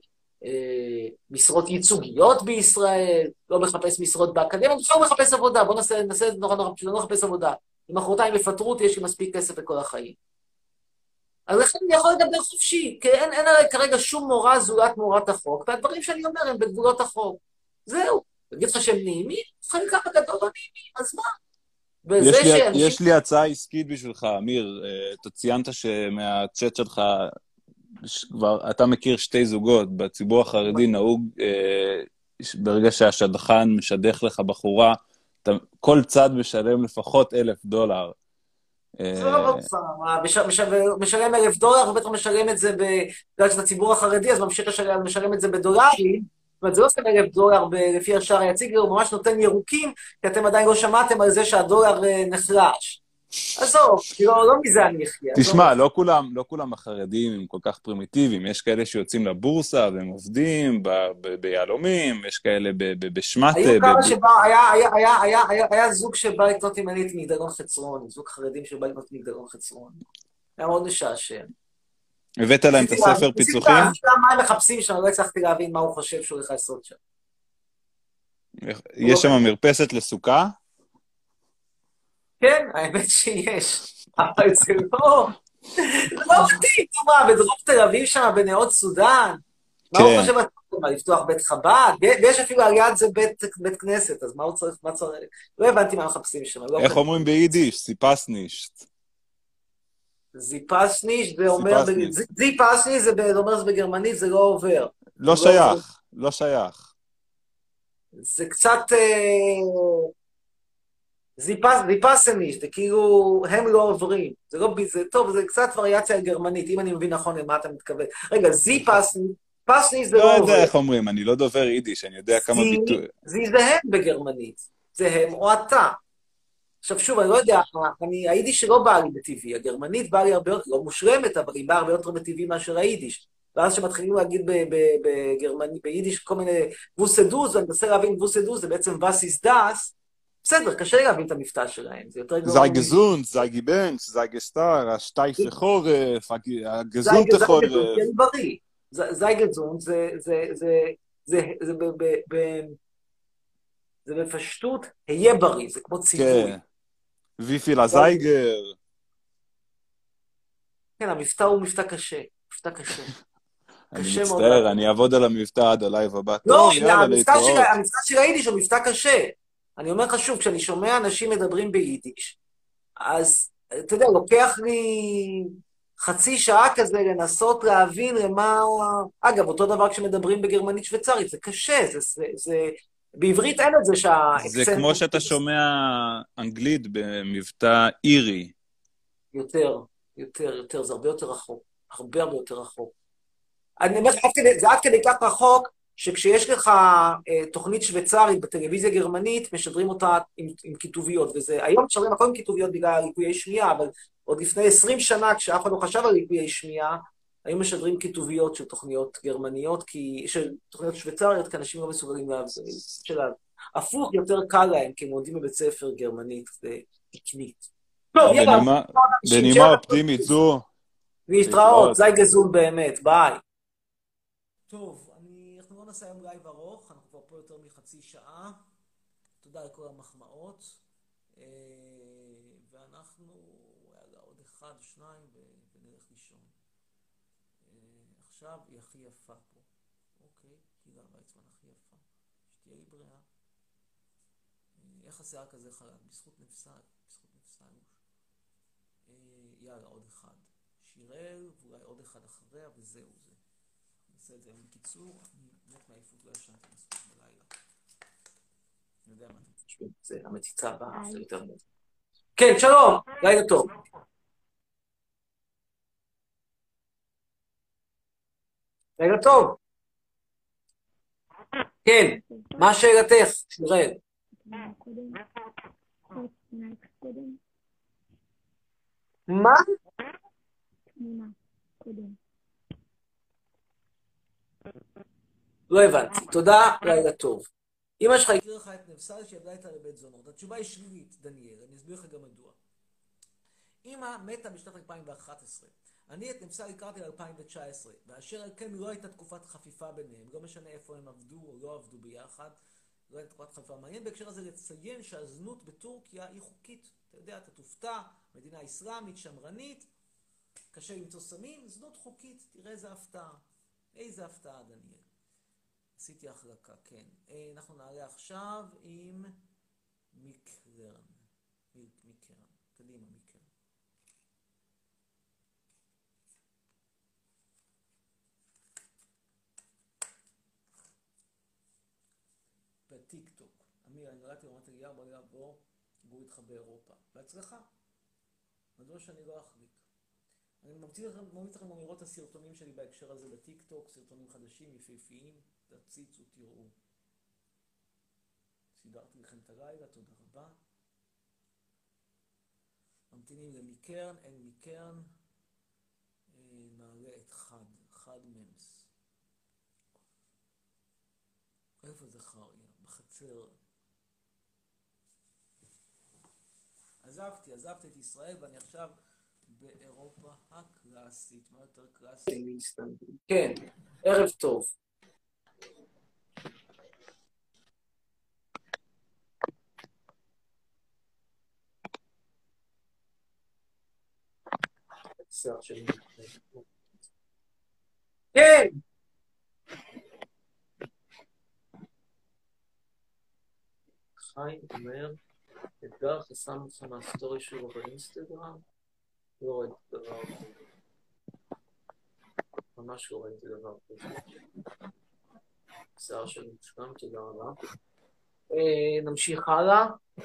משרות ייצוגיות בישראל, לא מחפש משרות באקדמיה, אני לא מחפש עבודה. בואו נעשה את זה נורא פשוט, לא מחפש עבודה. אם מחרתיים יפטרו אותי, יש לי מספיק כסף לכל החיים. אז לכן אני יכול לדבר חופשי, כי אין עליי כרגע שום מורה זולת מורת החוק, והדברים שאני אומר הם בגבולות החוק. זהו. תגיד לך שהם נעימים, חלקם הגדול לא נעימים, אז מה? יש לי הצעה עסקית בשבילך, אמיר. אתה ציינת שמהצ'אט שלך, אתה מכיר שתי זוגות, בציבור החרדי נהוג, ברגע שהשדכן משדך לך בחורה, כל צד משלם לפחות $1,000. זה לא משלם $1,000, ובטח משלם את זה בגלל שזה הציבור החרדי, אז ממשיך לשלם את זה בדולרים, זאת אומרת, זה לא סתם $1,000 לפי השער היציג, הוא ממש נותן ירוקים, כי אתם עדיין לא שמעתם על זה שהדולר נחלש. עזוב, לא מזה אני אחיה. תשמע, לא כולם החרדים הם כל כך פרימיטיביים, יש כאלה שיוצאים לבורסה והם עובדים ביהלומים, יש כאלה בשמט. היו כמה שבא, היה זוג שבא לקנות עם אני את מגדלון חצרון, זוג חרדים שבא לקנות מגדלון חצרון. היה מאוד משעשע. הבאת להם את הספר פיצוחים? מה הם מחפשים שם, לא הצלחתי להבין מה הוא חושב שהוא הולך לעשות שם. יש שם מרפסת לסוכה? כן, האמת שיש. אבל זה לא מתאים, בדרום תל אביב שם, בנאות סודן. מה הוא כן. חושב על זה? מה, לפתוח בית חב"ד? ויש אפילו על יד זה בית כנסת, אז מה הוא צריך, מה צריך? לא הבנתי מה מחפשים שם. לא איך כתוב. אומרים ביידיש? סיפסנישט. זיפסניש, זה אומר, סיפסנישט. זיפסניש זה אומר זה בגרמנית, זה לא עובר. לא זה לא עובר. שייך, לא שייך. זה קצת זיפסניש, זה כאילו, הם לא עוברים. זה לא, זה טוב, זה קצת וריאציה על גרמנית, אם אני מבין נכון למה אתה מתכוון. רגע, פסניש זה לא לא יודע עובר. איך אומרים, אני לא דובר יידיש, אני יודע כמה ביטוי. זה הם בגרמנית. זה הם או אתה. עכשיו שוב, אני לא יודע, היידיש שלא בא לי בטבעי, הגרמנית באה לי הרבה יותר, לא מושלמת, אבל היא באה הרבה יותר בטבעי מאשר היידיש. ואז שמתחילים להגיד בגרמנית, ביידיש כל מיני ווסדוז, ואני מנסה להבין ווסדוז, זה בעצם וסיס דאס, בסדר, קשה לי להבין את המבטא שלהם, זה יותר זי גזונט, זי גיבנץ, זי גסטר, השטייפה חורף, הגזונטה חורף. זה בריא. זי גזונט, זה בפשטות, היה בריא, זה כמו ציווי. כן. ויפיל הזייגר. כן, המבטא הוא מבטא קשה. מבטא קשה. אני קשה מאוד. מצטער, אני אעבוד על המבטא עד הלייב הבא. לא, טוב, יאללה, המבטא להתראות. של היידיש הוא מבטא קשה. אני אומר לך שוב, כשאני שומע אנשים מדברים ביידיש, אז, אתה יודע, לוקח לי חצי שעה כזה לנסות להבין למה... אגב, אותו דבר כשמדברים בגרמנית שוויצרית, זה קשה, בעברית אין את זה שהאקסנט... זה כמו שאתה שומע אנגלית במבטא אירי. יותר, זה הרבה יותר רחוק. הרבה יותר רחוק. אני אומר, זה עד כדי כך רחוק, שכשיש לך תוכנית שוויצרית בטלוויזיה גרמנית, משדרים אותה עם כיתוביות, וזה, היום משדרים הכל עם כיתוביות בגלל ליקויי שמיעה, אבל עוד לפני 20 שנה, כשאף אחד לא חשב על ליקויי שמיעה, היו משדרים כיתוביות של תוכניות גרמניות, של תוכניות שוויצריות, כי אנשים לא מסוגלים להבין. הפוך יותר קל להם, כי הם עומדים בבית ספר גרמנית ותקנית. טוב, יאללה. בנימה אופטימית זו. להתראות, זי גזול באמת, ביי. טוב, אנחנו לא נעשה היום לייב ארוך, אנחנו כבר פה יותר מחצי שעה. תודה לכל המחמאות. ואנחנו, יאללה, עוד אחד, שניים, ונלך לישון. עכשיו היא הכי יפה פה. אוקיי, הילה ויצמן הכי יפה. שתהיה לי בריאה. איך השיער כזה חלק? בזכות נפסל. יאללה, עוד אחד. שירל, ואולי עוד אחד אחריה, וזהו זה. נעשה את זה בקיצור, אני מת מעייפות, לא ישנתי מספיק בלילה. אני יודע מה אתם חושבים, זה המציצה הבאה, זה יותר מזה. כן, שלום, לילה טוב. לילה טוב. כן, מה שאלתך, שירל? מה? לא הבנתי. תודה, לילה טוב. אמא שלך הכיר לך את נפסל שיבדה איתה לבית זונות. התשובה היא שלילית, דניאל, אני אסביר לך גם מדוע. אמא מתה בשנת 2011. אני את נפסל הכרתי ל-2019, ואשר על כן לא הייתה תקופת חפיפה ביניהם, לא משנה איפה הם עבדו או לא עבדו ביחד, לא הייתה תקופת חפיפה. מעניין בהקשר הזה לציין שהזנות בטורקיה היא חוקית. אתה יודע, אתה תופתע, מדינה אסלאמית, שמרנית, קשה למצוא סמים, זנות חוקית, תראה איזה הפתעה. איזה הפתעה, דניאל. עשיתי החלקה, כן. אנחנו נעלה עכשיו עם מיקרן. מיקרן. קדימה, מיקרן. בטיק טוק. אמיר, אני נולדתי רמת אליהו, בוא לעבור, גור איתך באירופה. בהצלחה. מדוע שאני לא אחליק. אני ממליץ לכם לראות את הסרטונים שלי בהקשר הזה בטיק טוק, סרטונים חדשים, יפהפיים, תציצו, תראו. סידרתי לכם את הלילה, תודה רבה. ממתינים למיקרן, אין מיקרן. נעלה את חד ממס. איפה זה חריה? בחצר. עזבתי את ישראל ואני עכשיו באירופה הקלאסית, מה יותר קלאסית? כן, ערב טוב. כן! חיים אומר, אתגר חסם אותך מהסטורי שלו באינסטגרם? לא ראיתי דבר כזה. ממש לא ראיתי דבר כזה. שיער שלי מושלם, תודה רבה. נמשיך הלאה.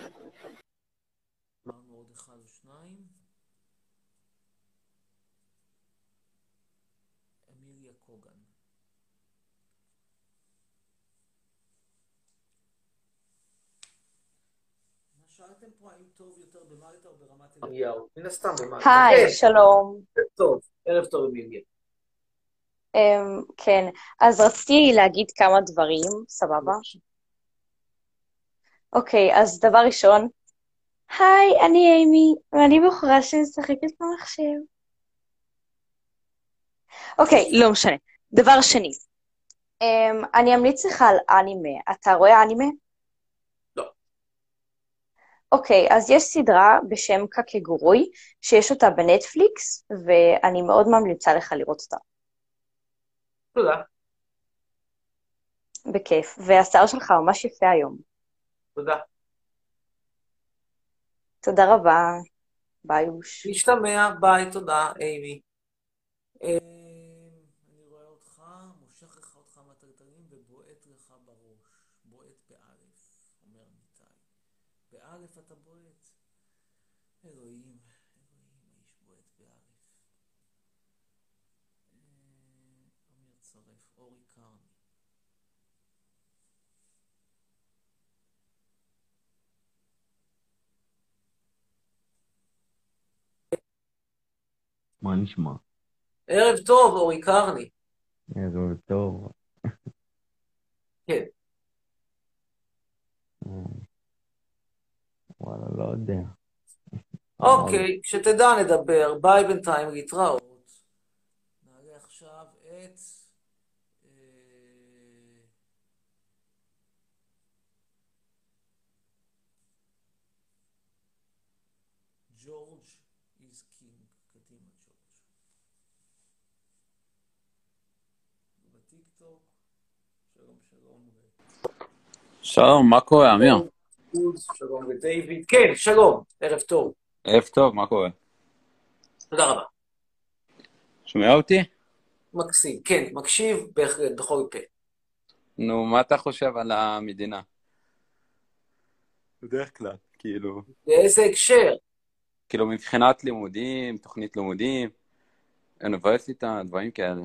אמרנו עוד אחד או שניים. אמיליה קוגן. מה שאלתם פה, האם טוב יותר במלטה או ברמת אליהו? מן הסתם במלטה. היי, שלום. טוב, ערב טוב אמיליה. כן, אז רציתי להגיד כמה דברים, סבבה? אוקיי, אז דבר ראשון, היי, אני אימי, ואני בחורה שמשחקת במחשב. אוקיי, לא משנה. דבר שני, אני אמליץ לך על אנימה. אתה רואה אנימה? לא. אוקיי, אז יש סדרה בשם קקגורוי, שיש אותה בנטפליקס, ואני מאוד ממליצה לך לראות אותה. תודה. בכיף, והשיער שלך ממש יפה היום. תודה. תודה רבה, ביוש. משתמע, ביי, תודה, אימי. אני רואה אותך, מושך לך אותך מהטלטלים ובועט לך בראש. בועט באלף, אומר ניתאי. באלף אתה בועט? אלוהים, האיש בועט באלף. אמיר צרף, אורי קרני. מה נשמע? ערב טוב, אורי קרני. ערב טוב. כן. וואלה, לא יודע. אוקיי, כשתדע נדבר. ביי בינתיים, להתראות. נעלה עכשיו את... ג'ורג' is king. קדימה, ג'ורג'. בטיקטוק. שלום, שלום. שלום, מה קורה, אמיר? שלום ודייוויד. כן, שלום, ערב טוב. ערב טוב, מה קורה? תודה רבה. שומע אותי? מקסים, כן, מקשיב בהחלט, בכל פה. נו, מה אתה חושב על המדינה? בדרך כלל, כאילו... באיזה הקשר? כאילו מבחינת לימודים, תוכנית לימודים, אוניברסיטה, דברים כאלה.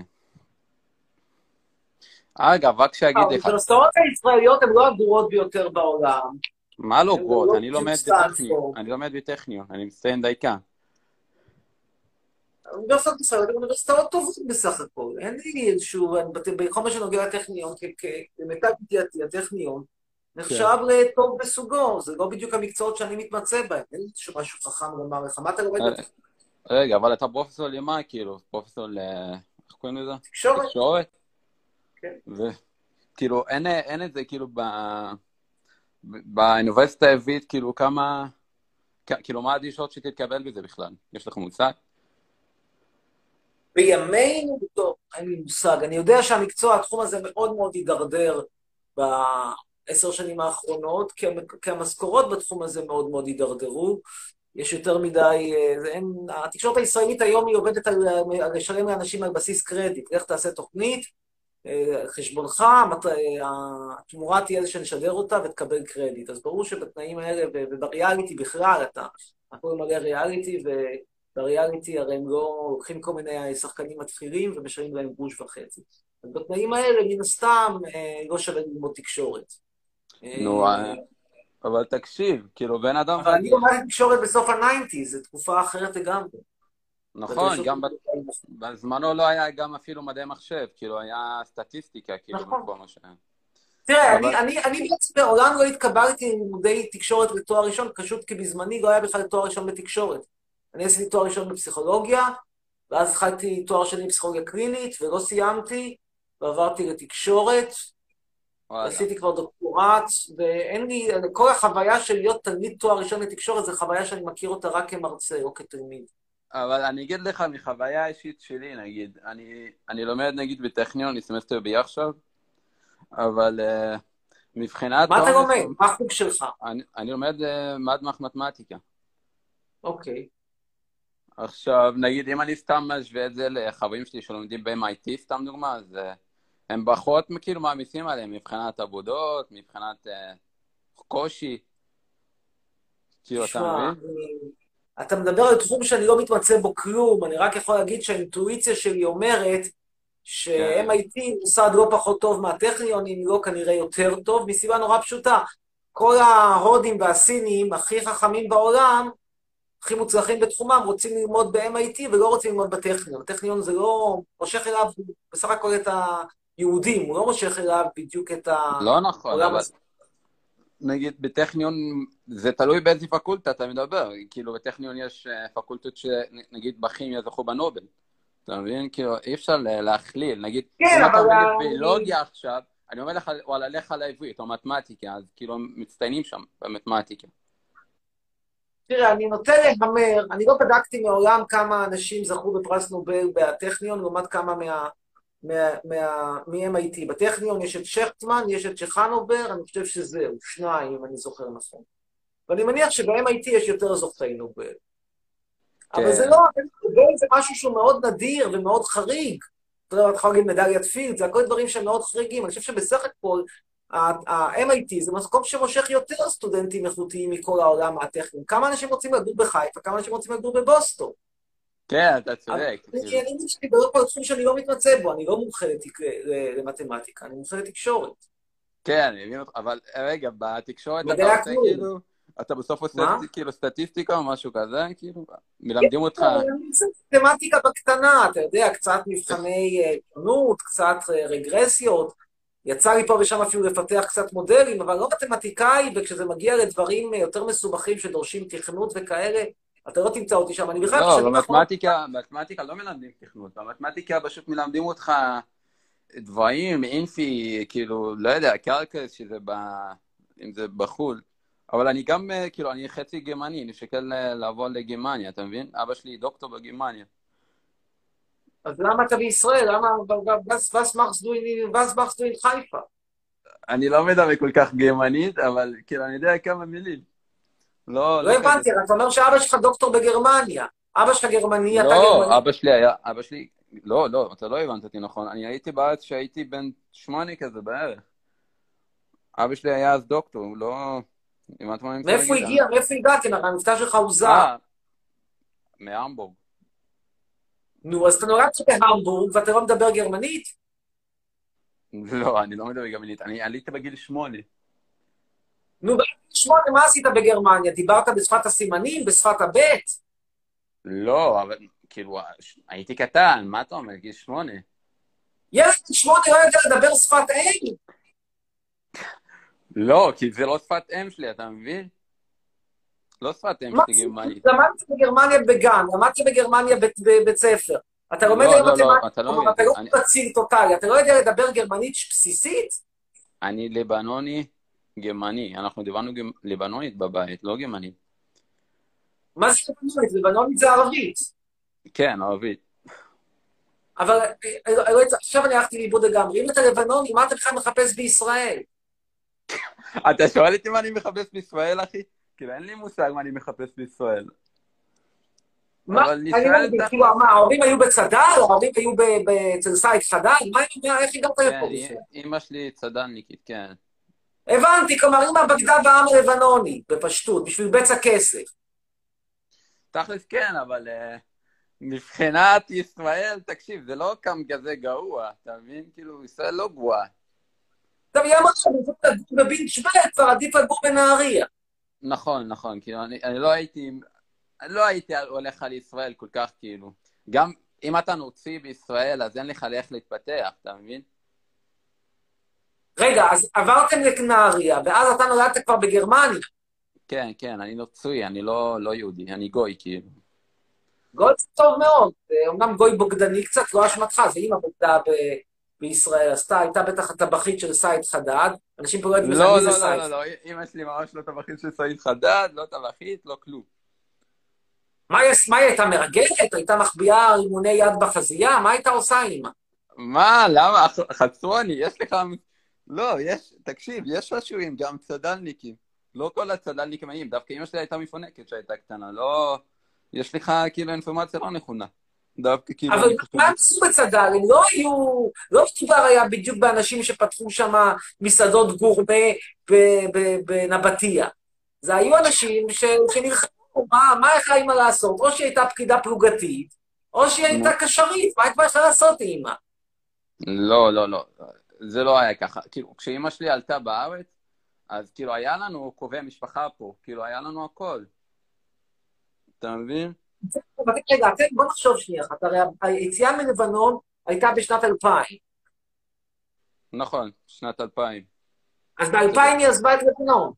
אגב, רק שיגיד לך... האוניברסיטאות הישראליות הן לא הגרועות ביותר בעולם. מה לא גרועות? לא אני לומד סטנפורד. בטכניון. אני לומד בטכניון, אני מצטיין דייקה. האוניברסיטאות בישראל הן אוניברסיטאות טובות בסך הכל. אין לי איזשהו... בכל מה שנוגע לטכניון, כמיטב ידיעתי, הטכניון נחשב לטוב בסוגו. זה לא בדיוק המקצועות שאני מתמצא בהם. אין לי משהו חכם לומר לך. מה אתה לומד בטכניון? רגע, אבל אתה פרופסור למה, כאילו? פרופסור ל... איך קוראים לזה? תקשורת. תקשורת? כן. וכאילו, אין את זה, כאילו, באוניברסיטה העברית, כאילו, כמה... כאילו, מה הדרישות שתתקבל בזה בכלל? יש לך מושג? בימינו, טוב, אין לי מושג. אני יודע שהמקצוע, התחום הזה מאוד מאוד הידרדר ב10 שנים האחרונות, כי המשכורות בתחום הזה מאוד מאוד הידרדרו. יש יותר מדי... התקשורת הישראלית היום היא עובדת על לשלם לאנשים על בסיס קרדיט. איך תעשה תוכנית, חשבונך, התמורה תהיה זה שנשדר אותה ותקבל קרדיט. אז ברור שבתנאים האלה, ובריאליטי בכלל, הכל מלא ריאליטי, ובריאליטי הרי הם לא לוקחים כל מיני שחקנים מתחילים ומשלמים להם גרוש וחצי. אז בתנאים האלה, מן הסתם, לא שווה ללמוד תקשורת. נו, אבל תקשיב, כאילו, בן אדם... אבל אני לומד תקשורת בסוף ה-90, זו תקופה אחרת לגמרי. נכון, גם בזמנו לא היה גם אפילו מדעי מחשב, כאילו היה סטטיסטיקה, כאילו, בכל מה שהיה. תראה, אני בעצם בעולם לא התקבלתי ללימודי תקשורת לתואר ראשון, פשוט כי בזמני לא היה בכלל תואר ראשון בתקשורת. אני עשיתי תואר ראשון בפסיכולוגיה, ואז התחלתי תואר שני בפסיכולוגיה קלינית, ולא סיימתי, ועברתי לתקשורת, עשיתי כבר דוקטורט, ואין לי, כל החוויה של להיות תלמיד תואר ראשון לתקשורת, זו חוויה שאני מכיר אותה רק כמרצה או כתלמיד. אבל אני אגיד לך מחוויה האישית שלי, נגיד, אני לומד נגיד בטכניון, אני סמסטר בי עכשיו, אבל מבחינת מה אתה עומס, לומד? מה החוג שלך? אני לומד מדמח מתמטיקה. אוקיי. עכשיו, נגיד, אם אני סתם משווה את זה לחברים שלי שלומדים ב-MIT, סתם דוגמה, אז הם פחות כאילו מעמיסים עליהם מבחינת עבודות, מבחינת קושי. כאילו, אתה תשמע, מבין? אתה מדבר על תחום שאני לא מתמצא בו כלום, אני רק יכול להגיד שהאינטואיציה שלי אומרת כן. ש-MIT הוא מוסד לא פחות טוב מהטכניון, אם לא כנראה יותר טוב, מסיבה נורא פשוטה. כל ההודים והסינים הכי חכמים בעולם, הכי מוצלחים בתחומם, רוצים ללמוד ב-MIT ולא רוצים ללמוד בטכניון. הטכניון זה לא מושך אליו בסך הכל את היהודים, הוא לא מושך אליו בדיוק את לא נכון, העולם אבל הזה. נגיד בטכניון, זה תלוי באיזה פקולטה אתה מדבר. כאילו, בטכניון יש פקולטות שנגיד בכימיה זכו בנובל. אתה מבין? כאילו, אי אפשר להכליל. נגיד, כן, אם אתה אבל לומד ביולוגיה עכשיו, אני אומר לך, וואלה, לך לעברית, או מתמטיקה, אז כאילו, הם מצטיינים שם במתמטיקה. תראה, אני נוטה להמר, אני לא בדקתי מעולם כמה אנשים זכו בפרס נובל בטכניון, לעומת כמה מ-MIT. בטכניון יש את שכטמן, יש את צ'חנובר, אני חושב שזהו, שניים, אם אני זוכר נכון. ואני מניח שב-MIT יש יותר זוכי נובל. אבל זה כן. לא, נובל זה משהו שהוא מאוד נדיר ומאוד חריג. אתה יודע, אתה יכול להגיד מדליית פילד, זה הכל דברים שהם מאוד חריגים. אני חושב שבסך הכל, ה-MIT זה מקום שמושך יותר סטודנטים איכותיים מכל העולם מהטכניון. כמה אנשים רוצים לגור בחיפה, כמה אנשים רוצים לגור בבוסטון. כן, אתה צודק. כאילו. אני מדבר פה על תחום שאני לא מתמצא בו, אני לא מומחה למתמטיקה, אני מומחה לתקשורת. כן, אני מבין אותך, אבל רגע, בתקשורת אתה מדעי עושה הכלום. כאילו, אתה בסוף עושה מה? כאילו סטטיסטיקה או משהו כזה, כאילו, מלמדים אותך, אני עושה מתמטיקה בקטנה, אתה יודע, קצת מבחני עיתונות, קצת רגרסיות. יצא לי פה ושם אפילו לפתח קצת מודלים, אבל לא מתמטיקאי, וכשזה מגיע לדברים יותר מסובכים שדורשים תכנות וכאלה, אתה לא תמצא אותי שם. אני בכלל לא, בשנים האחרונות... במתמטיקה לא מלמדים תכנות, במתמטיקה פשוט מלמדים אותך דברים, אינפי, כאילו, לא יודע, קלקס, אם זה בחו"ל. אבל אני גם, כאילו, אני חצי גרמני, אני שקל לעבור לגרמניה, אתה מבין? אבא שלי דוקטור בגרמניה. אז למה אתה בישראל? למה... was machst du in חיפה? אני לא מדבר כל כך גרמנית, אבל כאילו, אני יודע כמה מילים. לא לא כזה. הבנתי, אתה אומר שאבא שלך דוקטור בגרמניה. אבא שלך גרמני, אתה לא, גרמני. אבא שלי, לא, אתה לא הבנת אותי נכון. אני הייתי בארץ שהייתי בן 8 כזה בערך. אבא שלי היה אז דוקטור, הוא לא... הבנת מה אני רוצה מאיפה להגיד? הגיע? מאיפה הגעתם? המבטא שלך הוא זר. מהמבורג. נו, אז אתה נולדת בהמבורג ואתה לא מדבר גרמנית? לא, אני לא מדבר גרמנית. אני עליתי בגיל 8. נו, בגיל 8, מה עשית בגרמניה? דיברת בשפת הסימנים? בשפת הבית? לא, אבל כאילו, הייתי קטן, מה אתה אומר? גיל 8. ילד בן 8 לא יודע לדבר שפת אם. לא, כי זה לא שפת אם שלי, אתה מבין? לא שפת אם מה שלי זה? גרמנית. למדת בגרמניה בגן, למדת בגרמניה בבית ספר. אתה לומד לא, היום לא, מתמטיקה, אתה לא כלומר, מבין. אתה לא מציל טוטלי, אתה לא יודע לדבר גרמנית בסיסית? אני לבנוני גרמני. אנחנו דיברנו לבנונית בבית, לא גרמנית. מה זה לבנונית? לבנונית זה ערבית. כן, ערבית. אבל עכשיו אני הלכתי לאיבוד לגמרי. אם אתה לבנוני, מה אתה בכלל מחפש בישראל? אתה שואל אותי מה אני מחפש בישראל, אחי? כאילו, אין לי מושג מה אני מחפש בישראל. מה? אני לא מבין, כאילו, מה, ההורים היו בצד"ל, ההורים היו אצל סייד חדד? איך הגעת לפה בכלל? אמא שלי צד"לניקית, כן. הבנתי, כלומר, אמא בגדה בעם הלבנוני, בפשטות, בשביל בצע כסף. תכלס כן, אבל מבחינת ישראל, תקשיב, זה לא קם כזה גרוע, אתה מבין? כאילו, ישראל לא גרועה. טוב, היא אמרה, בבינג' כבר עדיף לגור בנהריה. נכון, כאילו, אני לא הייתי הולך על ישראל כל כך, כאילו. גם אם אתה נוצרי בישראל, אז אין לך איך להתפתח, אתה מבין? רגע, אז עברתם לנהריה, ואז אתה נולדת כבר בגרמניה. כן, אני נוצרי, אני לא יהודי, אני גוי, כאילו. גוי זה טוב מאוד, אומנם גוי בוגדני קצת, לא אשמתך, זה אמא בוגדה בישראל, אז הייתה בטח הטבחית של סייד חדד, אנשים פה לא יודעים מי זה סייד. לא, אמא שלי ממש לא טבחית של סייד חדד, לא טבחית, לא כלום. מה היא הייתה מרגלת? הייתה מחביאה רימוני יד בחזייה? מה הייתה עושה אמא? מה? למה? חצרוני, יש לך לא, תקשיב, יש שעשועים, גם צד"לניקים. לא כל הצד"לניקים היו, דווקא אמא שלי הייתה מפונקת שהייתה קטנה, לא... יש לך כאילו אינפורמציה לא נכונה. דווקא כאילו... אבל מה עשו בצד"ל? הם לא היו... לא מדובר היה בדיוק באנשים שפתחו שם מסעדות גורמה בנבטיה. זה היו אנשים שנלחמו, מה איך היה מה לעשות? או שהיא הייתה פקידה פלוגתית, או שהיא הייתה קשרית, מה הייתה יכולה לעשות אימא? לא, לא, לא. זה לא היה ככה. כאילו, כשאמא שלי עלתה בארץ, אז כאילו היה לנו קרובי משפחה פה, כאילו היה לנו הכל. אתה מבין? רגע, בוא נחשוב שנייה אחת, הרי היציאה מלבנון הייתה בשנת 2000. נכון, שנת 2000. אז ב-2000 היא עזבה את לבנון.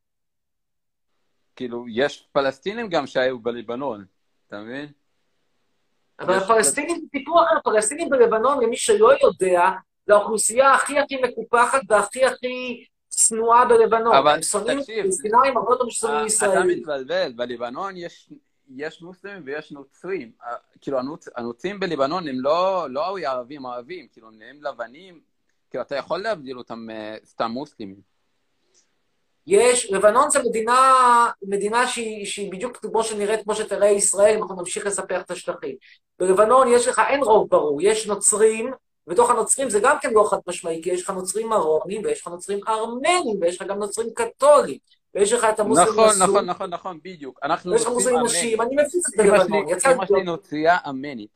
כאילו, יש פלסטינים גם שהיו בלבנון, אתה מבין? אבל הפלסטינים זה סיפור אחר, הפלסטינים בלבנון, למי שלא יודע, זה האוכלוסייה הכי מקופחת והכי צנועה בלבנון. אבל הם שונאים תקשיב, פלסטינאים, הרבה יותר שונאים אתה ישראלים. מתבלבל, בלבנון יש מוסלמים ויש נוצרים. כאילו, הנוצרים בלבנון הם לא ערבים, כאילו, הם לבנים, כאילו, אתה יכול להבדיל אותם סתם מוסלמים. לבנון זה מדינה שהיא בדיוק כמו שנראית, כמו שתראה ישראל, אנחנו נמשיך לספר את השטחים. בלבנון אין רוב ברור, יש נוצרים, ובתוך הנוצרים זה גם כן לא חד משמעי, כי יש לך נוצרים מרונים, ויש לך נוצרים ארמנים, ויש לך גם נוצרים קתולים, ויש לך את המוסלמים הסורים. נכון, בדיוק. ויש לך מוסלמים נשים, אני מפיץ את בלבנון. אמא שלי נוצרייה ארמנית.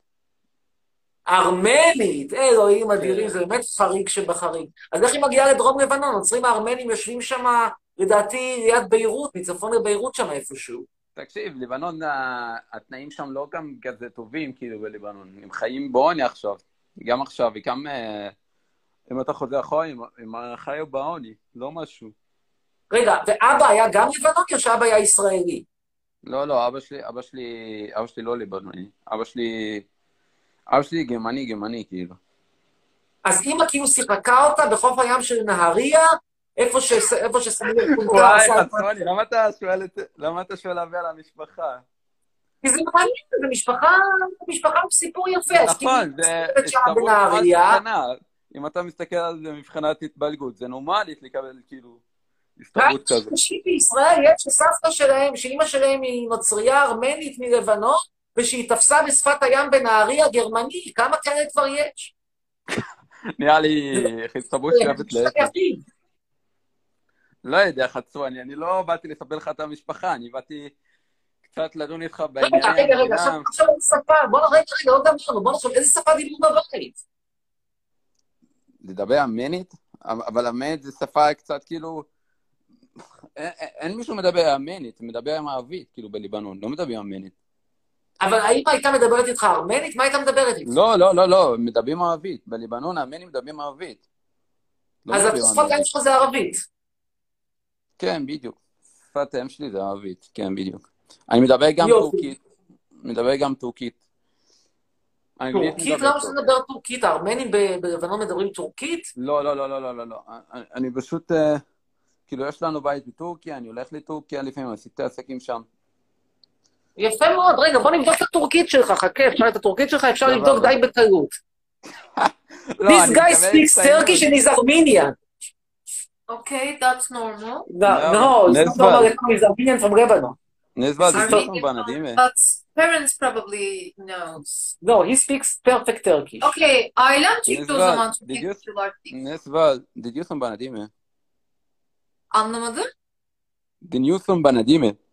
ארמנית, אלוהים אדירים, זה באמת חריג שבחריג. אז איך היא מגיעה לדרום לבנון? נוצרים הארמנים יושבים שם, לדעתי, ליד ביירות, מצפון לביירות שם איפשהו. תקשיב, לבנון, התנאים שם לא גם כזה טובים, כאילו, בלבנון. הם חיים בעוני עכשיו. גם עכשיו, וגם אם אתה חוזר אחורה, הם חיו בעוני, לא משהו. רגע, ואבא היה גם לבנוני או שאבא היה ישראלי? לא, אבא שלי לא לבנוני. אבא שלי גרמני, כאילו. אז אמא כאילו שיחקה אותה בחוף הים של נהריה, איפה ששמים את קונטה. וואי, חצוני, למה אתה שואל הרבה על המשפחה? כי זה מעניין, זה משפחה עם סיפור יפה. נכון, זה הסתברות מאוד קטנה. אם אתה מסתכל על זה מבחינת התבלגות, זה נורמלית לקבל כאילו הסתברות כזאת. אנשים בישראל יש שסבתא שלהם, שאימא שלהם היא נוצרייה ארמנית מלבנון, ושהיא תפסה בשפת הים בנהריה גרמני, כמה כאלה כבר יש? נראה לי הסתברות שאוהבת לעצם. לא יודע, חצוני, אני לא באתי לספר לך את המשפחה, אני באתי קצת לדון איתך בעניינים. רגע, עכשיו איזה שפה, בוא לא דמיינו, בוא נחשוב, איזה שפה דיברו בבית? לדבר ארמנית? אבל ארמנית זה שפה קצת כאילו... אין מישהו מדבר ארמנית, מדבר עם ערבית, כאילו בליבנון, לא מדבר ארמנית. אבל האמא הייתה מדברת איתך ארמנית? מה הייתה מדברת איתך? לא, מדברים ערבית. בליבנון הארמנים מדברים ערבית. אז השפת האם שלך זה ערבית? כן, בדיוק. שפת האם שלי זה ערבית, כן, בדיוק. אני מדבר גם טורקית. טורקית? למה שאתה מדבר טורקית? הארמנים בלבנון מדברים טורקית? לא. אני פשוט, כאילו יש לנו בית בטורקיה, אני הולך לטורקיה לפעמים, עשיתי עסקים שם. יפה מאוד, רגע, בוא נבדוק את הטורקית שלך, חכה, אפשר את הטורקית שלך, אפשר לבדוק די בקלות. This guy speaks Turkish and he's Armenian. Okay, that's normal. No, it's not normal, he's Armenian from Lebanon. But parents probably knows. No, he speaks perfect Turkish. Okay, ailem Türk o zaman. Nesval, dinliyorsun bana değil mi? Anlamadım. Dinliyorsun bana değil mi?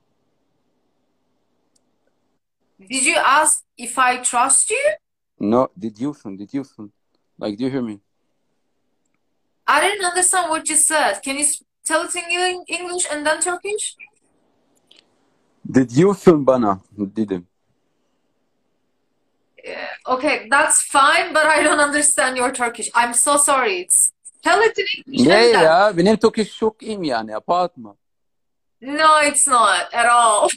Did you ask if I trust you? No, did you? Like, do you hear me? I didn't understand what you said. Can you tell it in English and then Turkish? Did you bana? Dedim. Okay, that's fine, but I don't understand your Turkish. I'm so sorry. Tell it in English. Ne ya? Benim Turkish çok iyi yani, abartma. No, it's not at all.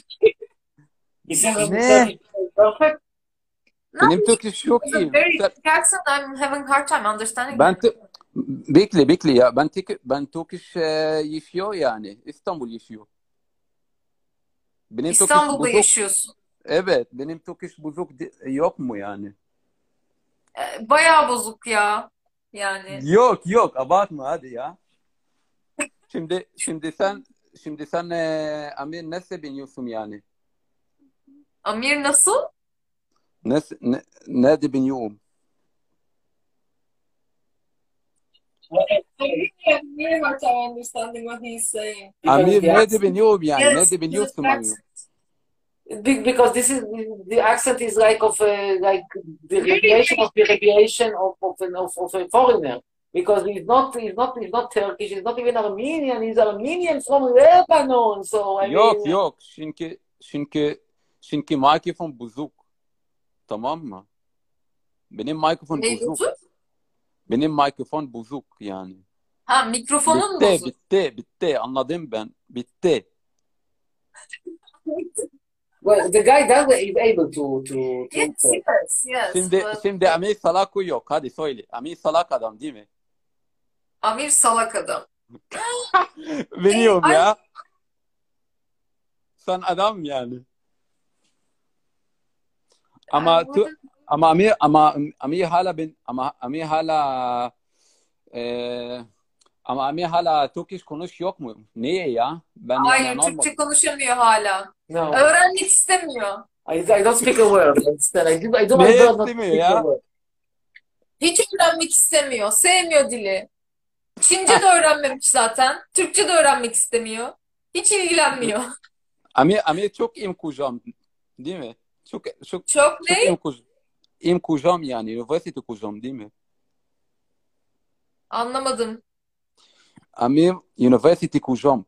Ne? Perfect. Benim Turkish çok iyi. Very thick accent. I'm having a hard time understanding. Bekle ya. Ben Turkish yaşıyor yani. İstanbul yaşıyor. İstanbul'da yaşıyorsun. Evet. Benim Turkish bozuk yok mu yani? Bayağı bozuk ya. Yani. Yok abartma hadi ya. Şimdi sen Amir nasıl biniyorsun yani? Amir nasıl? Ne biniyorum? Very much I understanding what he's saying. Amir the ne accent, biniyorum yani? Yes, Ne biniyorsun Amir? because this is the accent is like of like the radiation of the radiation of a foreigner. Because he's not Turkish, he's not even Armenian, he's Armenian from Lebanon. So I mean, Yok. Çünkü mikrofon bozuk. Tamam mı? Benim mikrofon Ne bozuk. bozuk? Benim mikrofon bozuk yani. Ha, mikrofonun bozuk. Bitti. Anladım ben. Bitti. well, the guy does is able to Yes. Şimdi Amir salak yok. Hadi söyle. Amir salak adam değil mi? Amir salak adam. Biliyorum ya. Sen adam yani. Ama Amir hala Türkçe konuş yok mu? Niye ya? Ben Hayır, yani Türkçe konuşamıyor hala. No, Öğrenmek istemiyor. I don't speak a word. Instead, I do my Ne best not to istemiyor speak a ya? word. Hiç öğrenmek istemiyor. Sevmiyor dili. Çince de öğrenmemiş zaten. Türkçe de öğrenmek istemiyor. Hiç ilgilenmiyor. Amir çok imkujam değil mi? Çok ne? İmkujam yani. Üniversite kujam değil mi? Anlamadım. Amir üniversite kujam.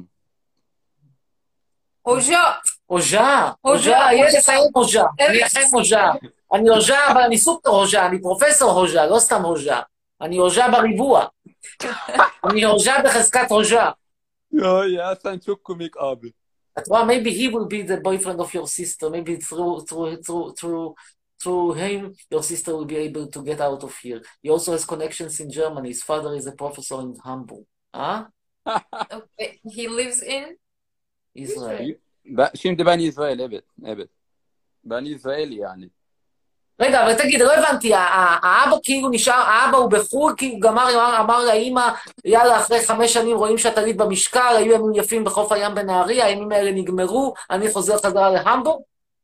Hoca. הוז'ה, יש לציין הוז'ה. Evet. אני אכן הוז'ה. אני הוז'ה, אבל אני סופר הוז'ה, אני פרופסור הוז'ה, לא סתם הוז'ה. אני הוז'ה בריבוע. אני הוז'ה בחזקת הוז'ה. Ya sen çok komik abi. את רואה, maybe he will be the boyfriend of your sister, maybe through him, your sister will be able to get out of here. He also has connections in Germany. His father is a professor in Hamburg. Okay. He lives in Israel. Şimdi ben İsrail, evet. Ben İsrail yani. רגע, אבל תגיד, לא הבנתי, האבא כאילו נשאר, האבא הוא בחו"ל, כאילו אמר לאמא, יאללה, אחרי 5 שנים רואים שאת עלית במשקל, היו ימים יפים בחוף הים בנהריה, הימים האלה נגמרו, אני חוזר חזרה להמבורג?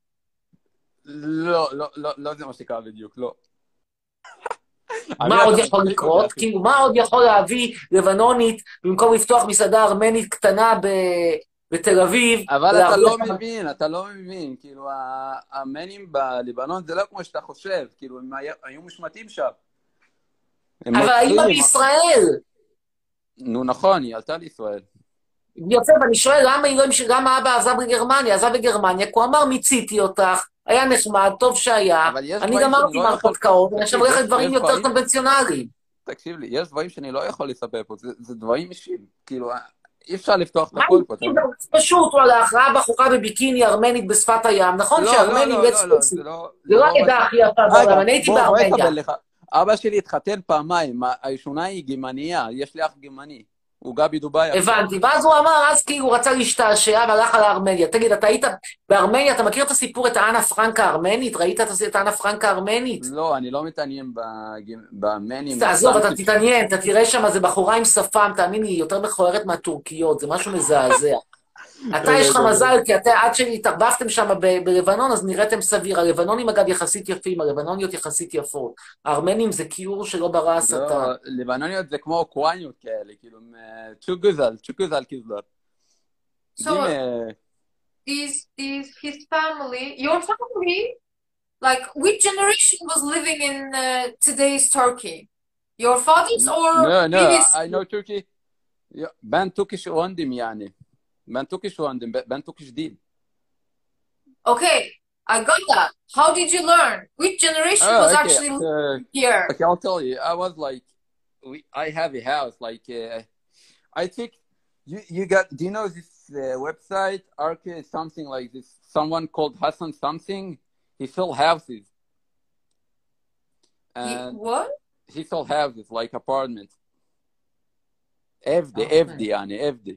לא זה מה שקרה בדיוק, לא. מה עוד יכול לקרות? כאילו, מה עוד יכול להביא לבנונית, במקום לפתוח מסעדה ארמנית קטנה בתל אביב? אבל אתה לא מבין, כאילו, הארמנים בליבנון זה לא כמו שאתה חושב, כאילו, הם היו מושמטים שם. אבל האמא בישראל. נו, נכון, היא עלתה לישראל. יפה, ואני שואל, למה אבא עזב בגרמניה? כי הוא אמר, מיציתי אותך, היה נחמד, טוב שהיה, אני גמרתי מהרפתקאות, אני עכשיו הולך לדברים יותר קונבנציונליים. תקשיב לי, יש דברים שאני לא יכול לספר פה, זה דברים אישיים, כאילו, אי אפשר לפתוח את הכל פה. זה פשוט, הוא הלך, ראה בחורה בביקיני ארמנית בשפת הים, נכון שארמנים זה לא העדה הכי יפה בעולם, אני הייתי בארמניה. אבא שלי התחתן פעמיים, הראשונה היא גרמניה, יש לי אח גרמני. הוא גר בדובאי. הבנתי, ואז הוא אמר, אז כאילו הוא רצה להשתעשע והלך על הארמניה. תגיד, אתה היית בארמניה, אתה מכיר את הסיפור, את האנה פרנק הארמנית? ראית את האנה פרנק הארמנית? לא, אני לא מתעניין בארמנים. תעזוב, אתה תתעניין, אתה תראה שם, זה בחורה עם שפם, תאמין לי, היא יותר מכוערת מהטורקיות, זה משהו מזעזע. אתה יש לך מזל, כי עד שהתערבבתם שם בלבנון, אז נראיתם סביר. הלבנונים אגב יחסית יפים, הלבנוניות יחסית יפות. הארמנים זה כיעור שלא ברא השטן. לא, לבנוניות זה כמו אוקראיניות כאלה, כאילו, צ'וגזל כזלר. So, his family, your family, like, which generation was living in today's Turkey? Your father's or previous? No, I know Turkey. Ben Turkish öğrendim yani. Ben Turkish öğrendim. Ben Turkish değil. Okay, I got that. How did you learn? Which generation was actually here? Okay, I'll tell you. I was like, I have a house. Like, I think you got. Do you know this website? Arcade something like this. Someone called Hassan something. He sold houses. What? He sold houses like apartments. Evdi yani evdi.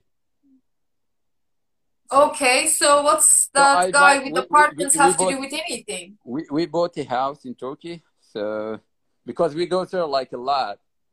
Okay, so what's that guy with apartments have to do with anything? We bought a house in Turkey, so because we go there like a lot.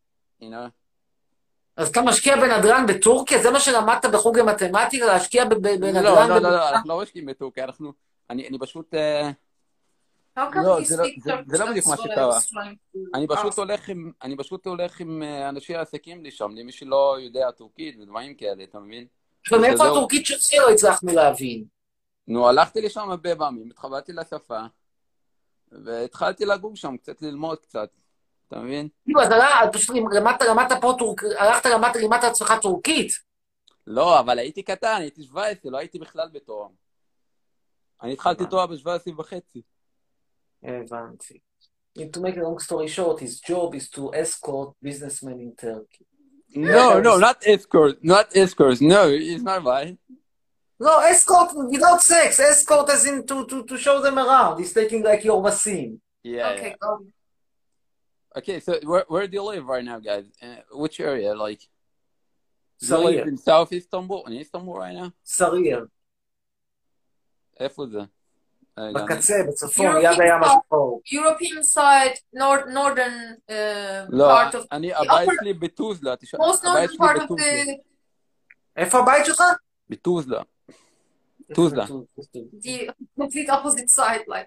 you know. אז אתה משקיע בנדל"ן בטורקיה? זה מה שלמדת בחוג למתמטיקה, להשקיע בנדל"ן לא, בטורקיה? אנחנו לא משקיעים בטורקיה, אני פשוט, How come לא, he speaks זה לא Turkish? בדיוק מה That's what I שקרה. was trying to אני פשוט הולך עם אנשי עסקים לשם, למי שלא יודע טורקית ודברים כאלה, אתה מבין? ומאיפה וזהו. הטורקית שלך לא הצלחנו להבין? נו, הלכתי לשם הרבה פעמים, התחברתי לשפה, והתחלתי לגור שם, קצת ללמוד קצת, אתה מבין? כאילו, אז פשוט למדת פה הלכת למדת עצמך טורקית. לא, אבל הייתי קטן, הייתי 17, לא הייתי בכלל בתואר. אני התחלתי תואר ב-17 וחצי. הבנתי. To make a long story short, his job is to escort businessmen in Turkey. No, not escorts, no, it's not right. No, escort without sex. Escort as in to show them around. He's taking like your vaccine. Yeah, Okay, yeah. Okay, so where do you live right now, guys? Which area? Like, you live Sarir. in South Istanbul? In Istanbul right now? סריר. איפה זה? בקצה, בצפון, יד הים השחור. European side, northern לא, part of הבית שלי בטוזלה. most הבית northern שלי part of בטוזלה. the איפה הבית שלך? בטוזלה. טוזלה. complete opposite side, like.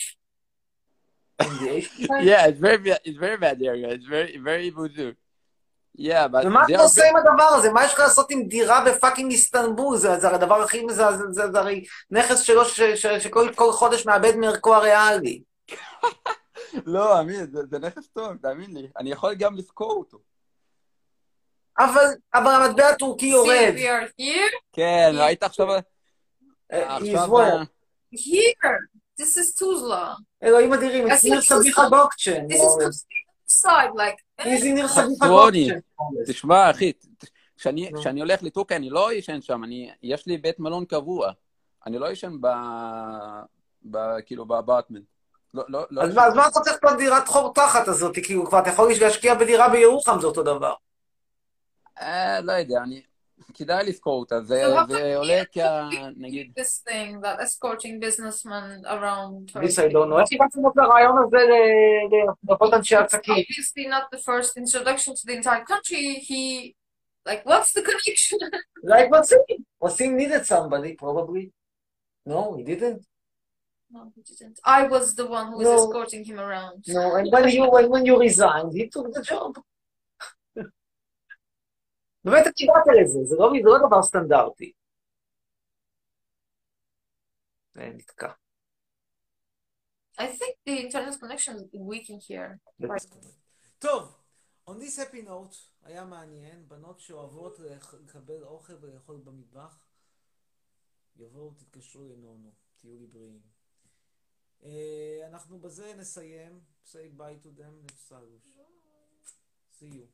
Yeah, it's very bad area. It's very voodoo. Yeah, but ומה they אתה are עושה עם הדבר הזה? מה יש לך לעשות עם דירה בפאקינג איסטנבול? זה הדבר הכי מזעזע, זה הרי נכס שלו שכל חודש מאבד מערכו הריאלי. לא, אמין, זה נכס טוב, תאמין לי. אני יכול גם לשכור אותו. אבל המטבע הטורקי יורד. See, we are here. כן, ראית עכשיו... יזבור. Here. This is Tuzla. אלוהים אדירים, אז ניר זה סביחה בוקצ'ן. This is complete side, like. איזי ניר סביחה חצרוני. בוקצ'ן. תשמע, אחי, כשאני הולך לטורקיה, אני לא ישן שם, יש לי בית מלון קבוע. אני לא ישן כאילו באפרטמנט. אז מה אתה צריך פה דירת חור תחת הזאת? כאילו כבר אתה יכול להשקיע בדירה בירוחם, זה אותו דבר. לא יודע, כדאי לזכור אותה, זה עולה נגיד... This thing, that escorting businessmen around This I don't know. איך הגעתם לרעיון הזה לרבות אנשי עסקים? Obviously not the first introduction to the entire country. He, like, what's the connection? Like Wasim. Wasim needed somebody, probably. No, he didn't. No, he didn't. I was the one who was escorting him around. No, and when you resigned, he took the job. באמת את קיבלת לזה, זה לא דבר סטנדרטי. זה נתקע. I think the internet connection is weak in here. טוב, on this happy note, היה מעניין, בנות שאוהבות לקבל אוכל ולאכול במטבח, יבואו, תתקשרו לנונו, תהיו לי בריאים. אנחנו בזה נסיים, say bye to them, נפסלוש. See you.